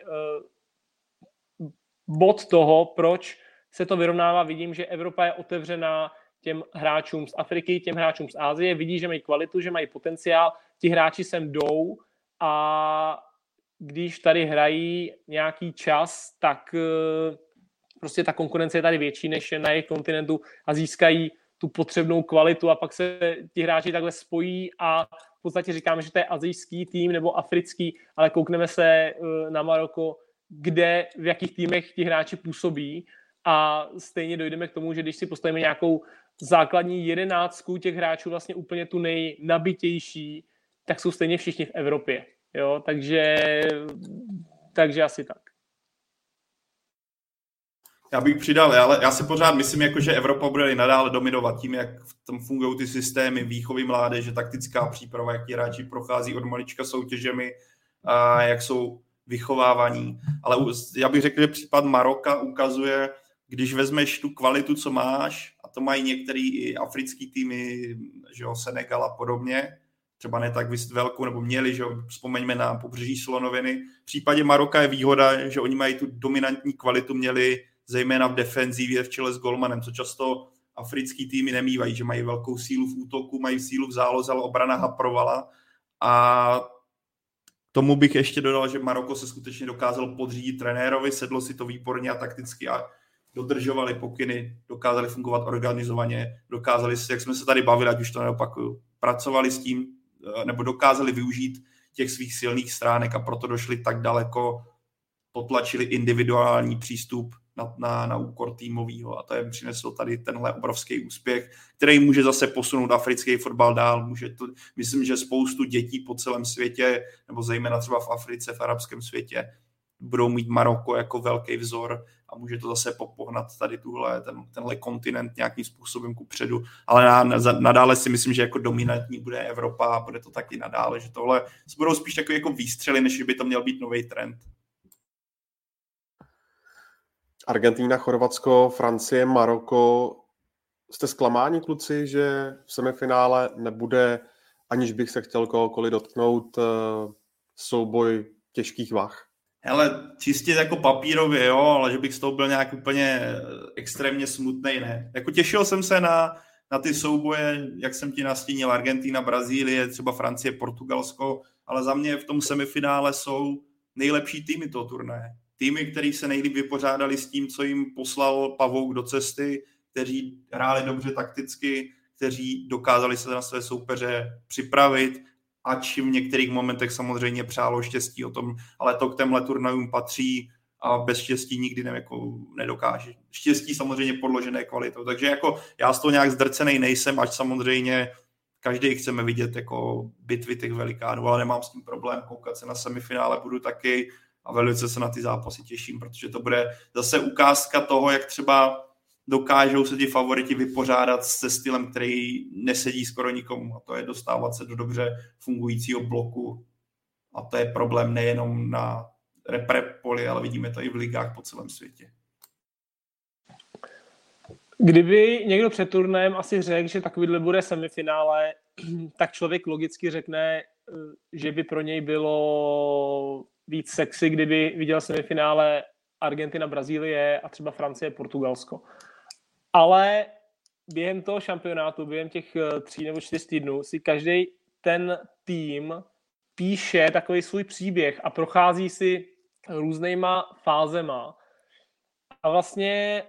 uh, bod toho, proč se to vyrovnává, vidím, že Evropa je otevřená těm hráčům z Afriky, těm hráčům z Asie, vidí, že mají kvalitu, že mají potenciál, ti hráči sem jdou a když tady hrají nějaký čas, tak uh, prostě ta konkurence je tady větší než na jejich kontinentu a získají tu potřebnou kvalitu a pak se ti hráči takhle spojí a v podstatě říkáme, že to je asijský tým nebo africký, ale koukneme se na Maroko, kde, v jakých týmech ti hráči působí a stejně dojdeme k tomu, že když si postavíme nějakou základní jedenáctku těch hráčů, vlastně úplně tu nejnabitější, tak jsou stejně všichni v Evropě. Jo? Takže, takže asi tak. Já bych přidal, ale já si pořád myslím, jako, že Evropa bude i nadále dominovat tím, jak v tom fungují ty systémy výchovy mládeže, taktická příprava, jak ti hráči prochází od malička soutěžemi, a jak jsou vychovávaní. Ale já bych řekl, že případ Maroka ukazuje, když vezmeš tu kvalitu, co máš, a to mají některý i africký týmy, že jo, Senegal a podobně, třeba ne tak velkou, nebo měli, že jo, vzpomeňme na Pobřeží slonoviny. V případě Maroka je výhoda, že oni mají tu dominantní kvalitu, měli zejména v defenzívě v čele s golmanem, co často africký týmy nemývají, že mají velkou sílu v útoku, mají sílu v záloze, ale obrana haprovala. A tomu bych ještě dodal, že Maroko se skutečně dokázalo podřídit trenérovi, sedlo si to výborně a takticky a dodržovali pokyny, dokázali fungovat organizovaně, dokázali si, jak jsme se tady bavili, ať už to neopakuju, pracovali s tím, nebo dokázali využít těch svých silných stránek a proto došli tak daleko, potlačili individuální přístup na, na, na úkor týmovýho a to jim přinesl tady tenhle obrovský úspěch, který může zase posunout africký fotbal dál. Může to, myslím, že spoustu dětí po celém světě, nebo zejména třeba v Africe, v arabském světě, budou mít Maroko jako velký vzor a může to zase popohnat tady tuhle, ten, tenhle kontinent nějakým způsobem kupředu. Ale na, na, nadále si myslím, že jako dominantní bude Evropa a bude to taky nadále, že tohle budou spíš takový jako výstřely, než by to měl být nový trend. Argentína, Chorvatsko, Francie, Maroko. Jste zklamáni, kluci, že v semifinále nebude, aniž bych se chtěl kohokoliv dotknout, souboj těžkých vah? Hele, čistě jako papírově, jo, ale že bych z toho byl nějak úplně extrémně smutnej, ne. Jako těšil jsem se na, na ty souboje, jak jsem ti nastínil, Argentina, Brazílie, třeba Francie, Portugalsko, ale za mě v tom semifinále jsou nejlepší týmy toho turnaje. Týmy, který se nejlíp vypořádali s tím, co jim poslal Pavouk do cesty, kteří hráli dobře takticky, kteří dokázali se na své soupeře připravit, ač v některých momentech samozřejmě přálo štěstí o tom, ale to k těmhle turnajům patří a bez štěstí nikdy ne, jako nedokáže. Štěstí samozřejmě podložené kvalitou, takže jako já z toho nějak zdrcenej nejsem, ať samozřejmě každý chceme vidět jako bitvy těch velikánů, ale nemám s tím problém, koukat se na semifinále budu taky a velice se na ty zápasy těším, protože to bude zase ukázka toho, jak třeba dokážou se ti favoriti vypořádat se stylem, který nesedí skoro nikomu, a to je dostávat se do dobře fungujícího bloku, a to je problém nejenom na repre poli, ale vidíme to i v ligách po celém světě. Kdyby někdo před turnajem asi řekl, že takovýhle bude semifinále, tak člověk logicky řekne, že by pro něj bylo víc sexy, kdyby viděl semifinále Argentina, Brazílie a třeba Francie, Portugalsko. Ale během toho šampionátu, během těch tří nebo čtyř týdnů si každý ten tým píše takový svůj příběh a prochází si různýma fázema. A vlastně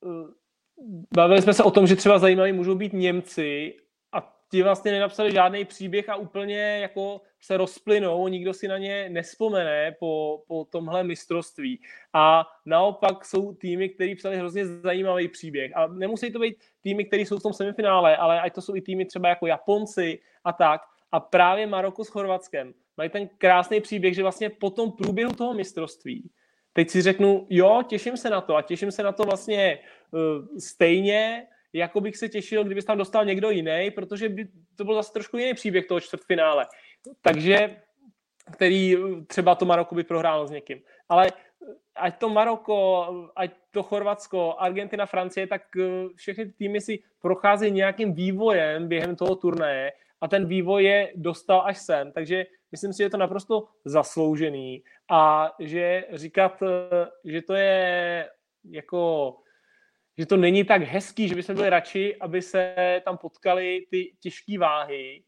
bavili jsme se o tom, že třeba zajímaví můžou být Němci a ti vlastně nenapsali žádný příběh a úplně jako se rozplynou, nikdo si na ně nespomene po, po tomhle mistrovství. A naopak jsou týmy, který psali hrozně zajímavý příběh. A nemusí to být týmy, které jsou v tom semifinále, ale ať to jsou i týmy třeba jako Japonci a tak. A právě Maroko s Chorvatskem mají ten krásný příběh, že vlastně po tom průběhu toho mistrovství teď si řeknu, jo, těším se na to a těším se na to vlastně uh, stejně, jako bych se těšil, kdyby se tam dostal někdo jiný, protože by to byl zase trošku jiný příběh toho čtvrtfinále. Takže, který třeba to Maroko by prohrálo s někým. Ale ať to Maroko, ať to Chorvatsko, Argentina, Francie, tak všechny týmy si procházejí nějakým vývojem během toho turnaje a ten vývoj je dostal až sem. Takže myslím si, že je to naprosto zasloužený a že říkat, že to je jako, že to není tak hezký, že by jsme byli radši, aby se tam potkali ty těžké váhy,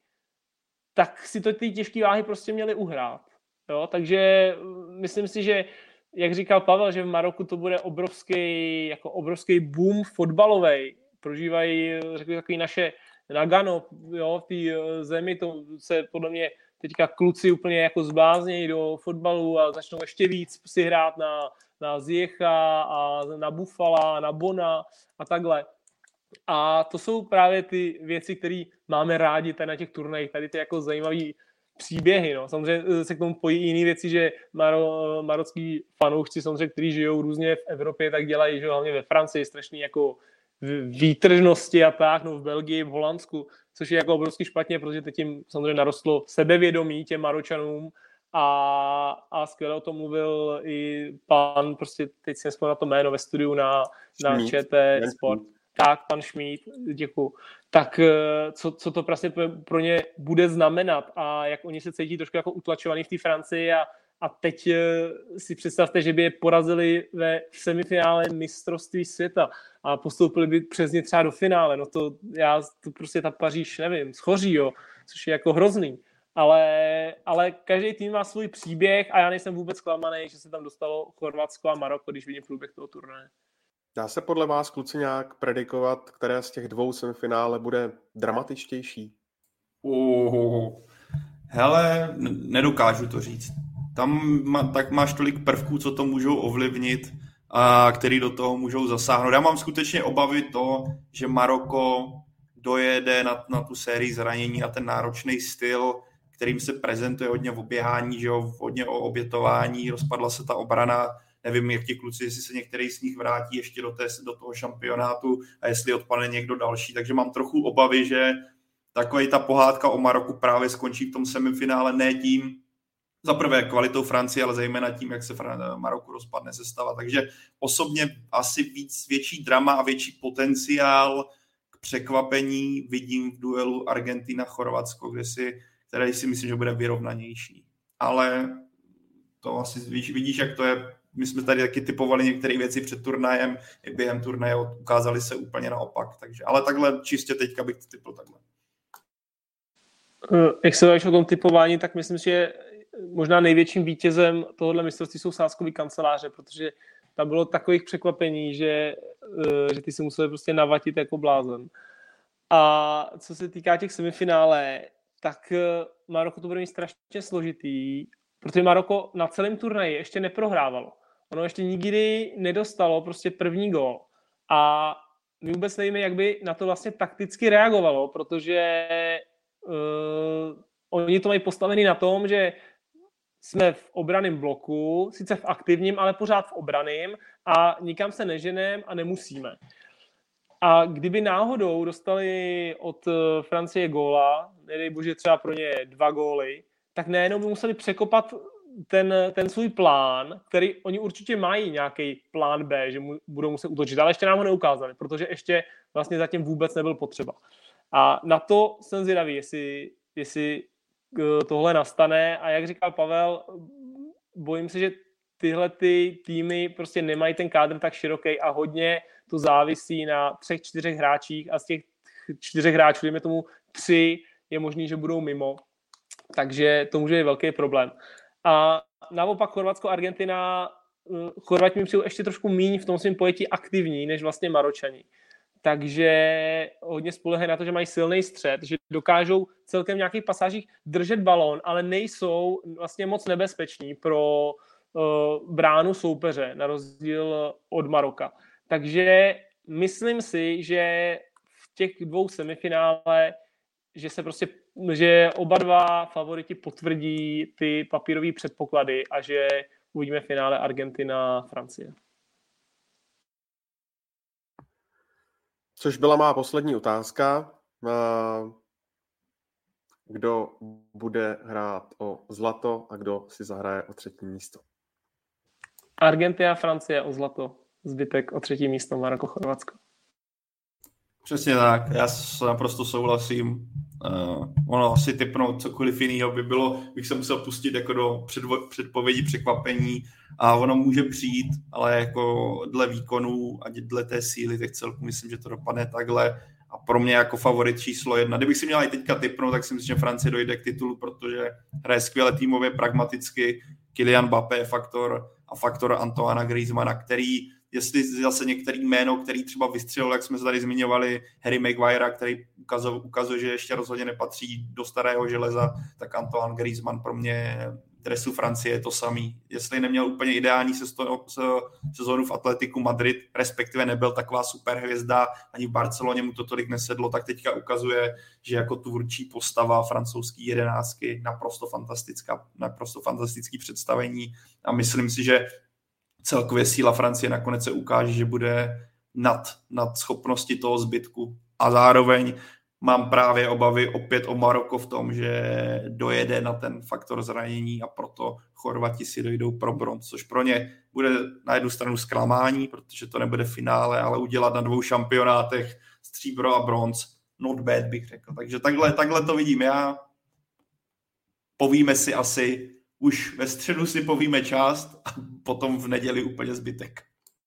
tak si to ty těžké váhy prostě měli uhrát. Jo? Takže myslím si, že jak říkal Pavel, že v Maroku to bude obrovský, jako obrovský boom fotbalovej. Prožívají, řekl takový naše Nagano, jo, v té zemi, to se podle mě teďka kluci úplně jako zbláznějí do fotbalu a začnou ještě víc si hrát na, na Ziecha a na Buffala, na Bona a takhle. A to jsou právě ty věci, které máme rádi tady na těch turnajích, tady ty jako zajímavý příběhy. No. Samozřejmě se k tomu pojí jiné věci, že maro, marocký fanoušci, samozřejmě, kteří žijou různě v Evropě, tak dělají, že hlavně ve Francii, strašný jako výtržnosti a tak, no v Belgii, v Holandsku, což je jako obrovský špatně, protože teď jim samozřejmě narostlo sebevědomí těm Maročanům a, a skvěle o tom mluvil i pan, prostě teď jsem vzpomněl na to jméno ve studiu na, na ČT Sport. Tak, pan Šmíd, děkuju. Tak co, co to prostě pro ně bude znamenat a jak oni se cítí trošku jako utlačovaný v té Francii a, a teď si představte, že by je porazili ve semifinále mistrovství světa a postoupili by přes ně třeba do finále. No to já, to prostě ta Paříž, nevím, schoří, jo, což je jako hrozný. Ale, ale každý tým má svůj příběh a já nejsem vůbec zklamaný, že se tam dostalo Chorvatsko a Maroko, když vidím průběh toho turnaje. Dá se podle vás, kluci, nějak predikovat, které z těch dvou semifinále bude dramatičtější? Uh, hele, nedokážu to říct. Tam má, tak máš tolik prvků, co to můžou ovlivnit a který do toho můžou zasáhnout. Já mám skutečně obavy to, že Maroko dojede na, na tu sérii zranění, na ten náročný styl, kterým se prezentuje hodně v oběhání, že jo, hodně o obětování, rozpadla se ta obrana. Nevím, jak ti kluci, jestli se některý z nich vrátí ještě do, té, do toho šampionátu a jestli odpadne někdo další. Takže mám trochu obavy, že takový ta pohádka o Maroku právě skončí v tom semifinále ne tím, za prvé kvalitou Francie, ale zejména tím, jak se Maroku rozpadne sestava. Takže osobně asi víc větší drama a větší potenciál k překvapení vidím v duelu Argentina-Chorvatsko, kde si, který si myslím, že bude vyrovnanější. Ale to asi vidíš, vidíš, jak to je my jsme tady taky typovali některé věci před turnajem, i během turnaje ukázaly se úplně naopak, takže, ale takhle čistě teďka bych to typl takhle. Jak se bavíme o tom typování, tak myslím, že možná největším vítězem tohohle mistrovství jsou sázkový kanceláře, protože tam bylo takových překvapení, že, že ty si museli prostě navatit jako blázen. A co se týká těch semifinále, tak Maroko to bude mít strašně složitý, protože Maroko na celém turnaji ještě neprohrávalo. Ono ještě nikdy nedostalo prostě první gól. A my vůbec nevíme, jak by na to vlastně takticky reagovalo, protože uh, oni to mají postavený na tom, že jsme v obraném bloku, sice v aktivním, ale pořád v obraném a nikam se neženeme a nemusíme. A kdyby náhodou dostali od Francie góla, nedej bože třeba pro ně dva góly, tak nejenom by museli překopat ten, ten svůj plán, který oni určitě mají nějaký plán B, že mu, budou muset útočit, ale ještě nám ho neukázali, protože ještě vlastně zatím vůbec nebyl potřeba. A na to jsem zvědavý, jestli, jestli tohle nastane a jak říkal Pavel, bojím se, že tyhle ty týmy prostě nemají ten kádr tak široký a hodně to závisí na třech, čtyřech hráčích a z těch čtyřech hráčů, dejme tomu tři, je možný, že budou mimo. Takže to může být velký problém. A naopak Chorvatsko-Argentina, Chorvati mi přijou ještě trošku míň v tom svým pojetí aktivní, než vlastně Maročani. Takže hodně spolehají na to, že mají silný střed, že dokážou celkem v nějakých pasážích držet balón, ale nejsou vlastně moc nebezpeční pro uh, bránu soupeře, na rozdíl od Maroka. Takže myslím si, že v těch dvou semifinále, že se prostě, že oba dva favoriti potvrdí ty papírové předpoklady a že uvidíme finále Argentina-Francie. Což byla má poslední otázka. Kdo bude hrát o zlato a kdo si zahraje o třetí místo? Argentina, Francie o zlato. Zbytek o třetí místo, Maroko, Chorvatsko. Přesně tak, já naprosto souhlasím. Uh, ono asi typnout cokoliv jiného by bylo, bych se musel pustit jako do předvo- předpovědí překvapení a ono může přijít, ale jako dle výkonů a dle té síly, tak celku myslím, že to dopadne takhle a pro mě jako favorit číslo jedna. Kdybych si měl i teďka typnout, tak si myslím, že Francie dojde k titulu, protože hraje skvěle týmově, pragmaticky, Kylian Mbappé je faktor a faktor Antoana Griezmana, který jestli zase některý jméno, který třeba vystřelil, jak jsme se tady zmiňovali, Harry Maguire, který ukazuje, ukazuje, že ještě rozhodně nepatří do starého železa, tak Antoine Griezmann pro mě dresu Francie je to samý. Jestli neměl úplně ideální sezónu v Atletiku Madrid, respektive nebyl taková superhvězda, ani v Barceloně mu to tolik nesedlo, tak teďka ukazuje, že jako tvůrčí postava francouzský jedenáctky naprosto fantastická, naprosto fantastický představení a myslím si, že celkově síla Francie nakonec se ukáže, že bude nad, nad schopnosti toho zbytku. A zároveň mám právě obavy opět o Maroko v tom, že dojede na ten faktor zranění a proto Chorvati si dojdou pro bronz, což pro ně bude na jednu stranu zklamání, protože to nebude finále, ale udělat na dvou šampionátech stříbro a bronz, not bad bych řekl. Takže takhle, takhle to vidím já. Povíme si asi už ve středu si povíme část a potom v neděli úplně zbytek.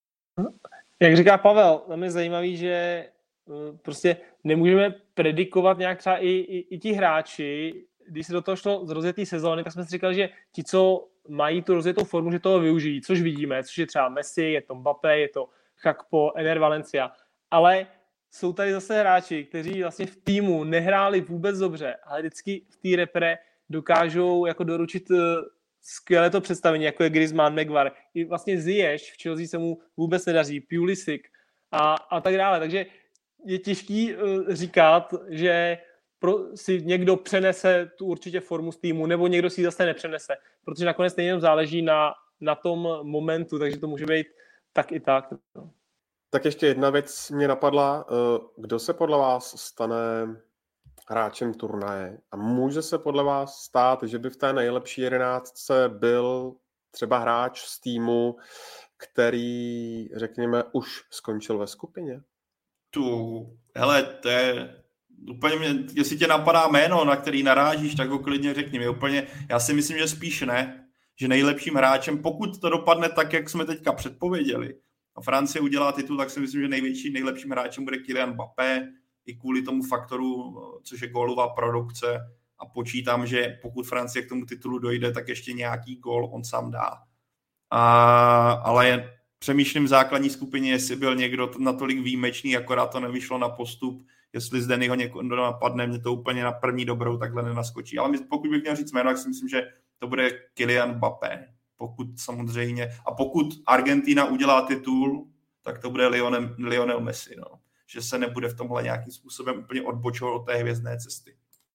Jak říká Pavel, tam je zajímavý, že prostě nemůžeme predikovat nějak třeba i, i, i ti hráči. Když se do toho šlo z rozjetý sezóny, tak jsme si říkali, že ti, co mají tu rozjetou formu, že toho využijí, což vidíme, což je třeba Messi, je to Mbappé, je to Chakpo, Ener Valencia. Ale jsou tady zase hráči, kteří vlastně v týmu nehráli vůbec dobře, ale vždycky v té repre dokážou jako doručit skvělé to představení, jako je Griezmann, Maguire. I vlastně Ziyech v Chelsea se mu vůbec nedaří, Pulisic a, a tak dále. Takže je těžký uh, říkat, že pro, si někdo přenese tu určitě formu z týmu, nebo někdo si ji zase nepřenese, protože nakonec stejně záleží na, na tom momentu, takže to může být tak i tak. Tak ještě jedna věc mě napadla. Kdo se podle vás stane hráčem turnaje a může se podle vás stát, že by v té nejlepší jedenáctce byl třeba hráč z týmu, který, řekněme, už skončil ve skupině? Tu, hele, to je úplně mě, jestli tě napadá jméno, na který narážíš, tak ho klidně řekni. Mě úplně, já si myslím, že spíš ne, že nejlepším hráčem, pokud to dopadne tak, jak jsme teďka předpověděli, a Francie udělá titul, tak si myslím, že největší, nejlepším hráčem bude Kylian Mbappé, i kvůli tomu faktoru, což je gólová produkce, a počítám, že pokud Francie k tomu titulu dojde, tak ještě nějaký gól on sám dá. A, ale přemýšlím v základní skupině, jestli byl někdo natolik výjimečný, akorát to nevyšlo na postup, jestli z Dannyho někdo napadne, mě to úplně na první dobrou takhle nenaskočí. Ale pokud bych měl říct jméno, tak si myslím, že to bude Kylian Mbappé. Pokud samozřejmě, a pokud Argentina udělá titul, tak to bude Lionel, Lionel Messi, no. Že se nebude v tomhle nějakým způsobem úplně odbočovat od té hvězdné cesty.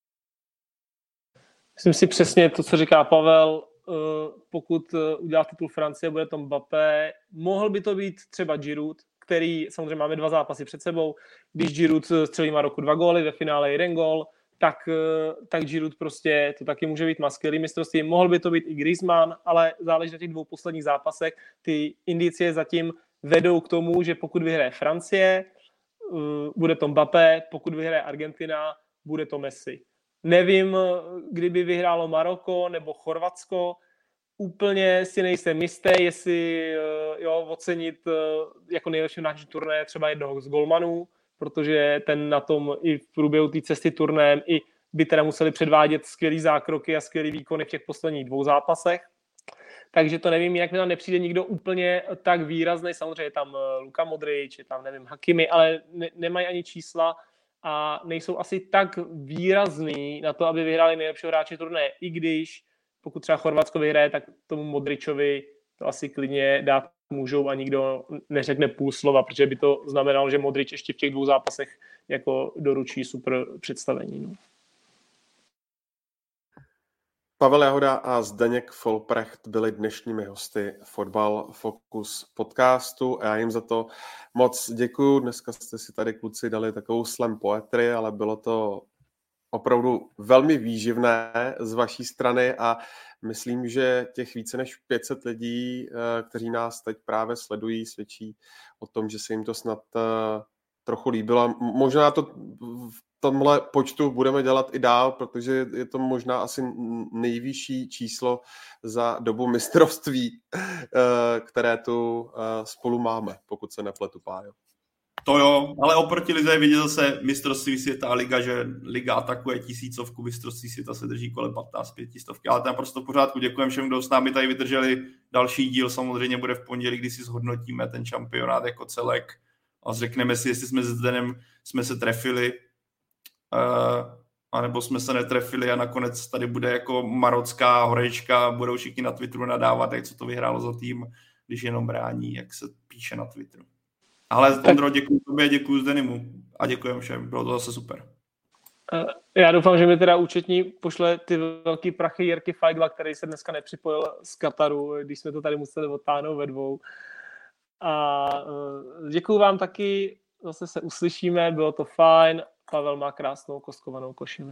Myslím si přesně to, co říká Pavel, pokud udělá titul Francie, bude to Mbappé. Mohl by to být třeba Giroud, který, samozřejmě máme dva zápasy před sebou, když Giroud střelí Maroku dva góly, ve finále jeden gól, tak, tak Giroud prostě, to taky může být skvělý mistrovství. Mohl by to být i Griezmann, ale záleží na těch dvou posledních zápasech. Ty indicie zatím vedou k tomu, že pokud vyhraje Francie, bude to Mbappé, pokud vyhraje Argentina, bude to Messi. Nevím, kdyby vyhrálo Maroko nebo Chorvatsko, úplně si nejsem jistý, jestli jo, ocenit jako nejlepší hráče turnaje třeba jednoho z golmanů, protože ten na tom i v průběhu té cesty turnajem i by teda museli předvádět skvělý zákroky a skvělý výkony v těch posledních dvou zápasech. Takže to nevím, jinak mi tam nepřijde nikdo úplně tak výrazný. Samozřejmě je tam Luka Modrič, je tam, nevím, Hakimi, ale ne, nemají ani čísla a nejsou asi tak výrazný na to, aby vyhráli nejlepšího hráče turnaje. I když, pokud třeba Chorvatsko vyhraje, tak tomu Modričovi to asi klidně dát můžou a nikdo neřekne půl slova, protože by to znamenalo, že Modrič ještě v těch dvou zápasech jako doručí super představení. No. Pavel Jahoda a Zdeněk Folprecht byli dnešními hosty Fotbal Focus podcastu a já jim za to moc děkuju. Dneska jste si tady kluci dali takovou slam poetry, ale bylo to opravdu velmi výživné z vaší strany a myslím, že těch více než pět set lidí, kteří nás teď právě sledují, svědčí o tom, že se jim to snad trochu líbilo. Možná to v tomhle počtu budeme dělat i dál, protože je to možná asi nejvyšší číslo za dobu mistrovství, které tu spolu máme, pokud se nepletu, Pájo. To jo, ale oproti lize je vidět zase mistrovství světa a liga, že liga atakuje tisícovku, mistrovství světa se drží kolem patnáct pětistovky, ale to je prostě v pořádku. Děkujeme všem, kdo s námi tady vydrželi. Další díl samozřejmě bude v pondělí, kdy si zhodnotíme ten šampionát jako celek a řekneme si, jestli jsme s Zdenem jsme se trefili, uh, anebo jsme se netrefili a nakonec tady bude jako marocká horečka, budou všichni na Twitteru nadávat, jak co to vyhrálo za tým, když jenom brání, jak se píše na Twitteru. Ale Ondro, děkuji tobě, děkuji Zdenimu a děkujeme všem, bylo to zase super. Já doufám, že mi teda účetní pošle ty velký prachy Jirky Feigla, který se dneska nepřipojil z Kataru, když jsme to tady museli odtáhnout ve dvou. A děkuji vám taky, zase se uslyšíme, bylo to fajn. Pavel má krásnou kostkovanou košili.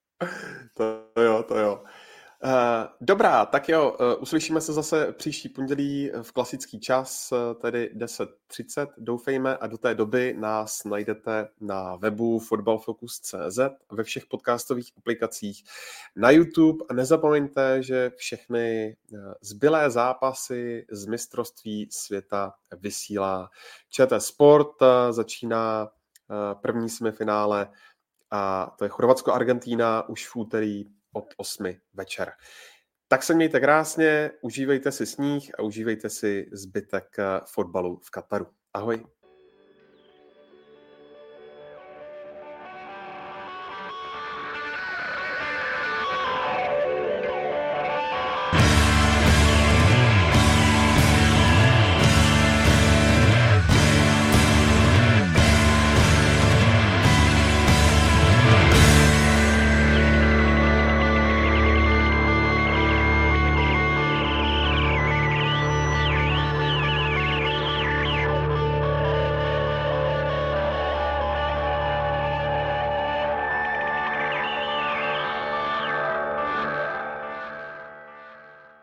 To jo, to jo. Dobrá, tak jo, uslyšíme se zase příští pondělí v klasický čas, tedy deset třicet, doufejme, a do té doby nás najdete na webu fotbalfocus tečka cé zet, ve všech podcastových aplikacích, na YouTube a nezapomeňte, že všechny zbylé zápasy z mistrovství světa vysílá ČT Sport, začíná první semifinále a to je Chorvatsko-Argentína už v úterý od osmi večer. Tak se mějte krásně, užívejte si sníh a užívejte si zbytek fotbalu v Kataru. Ahoj.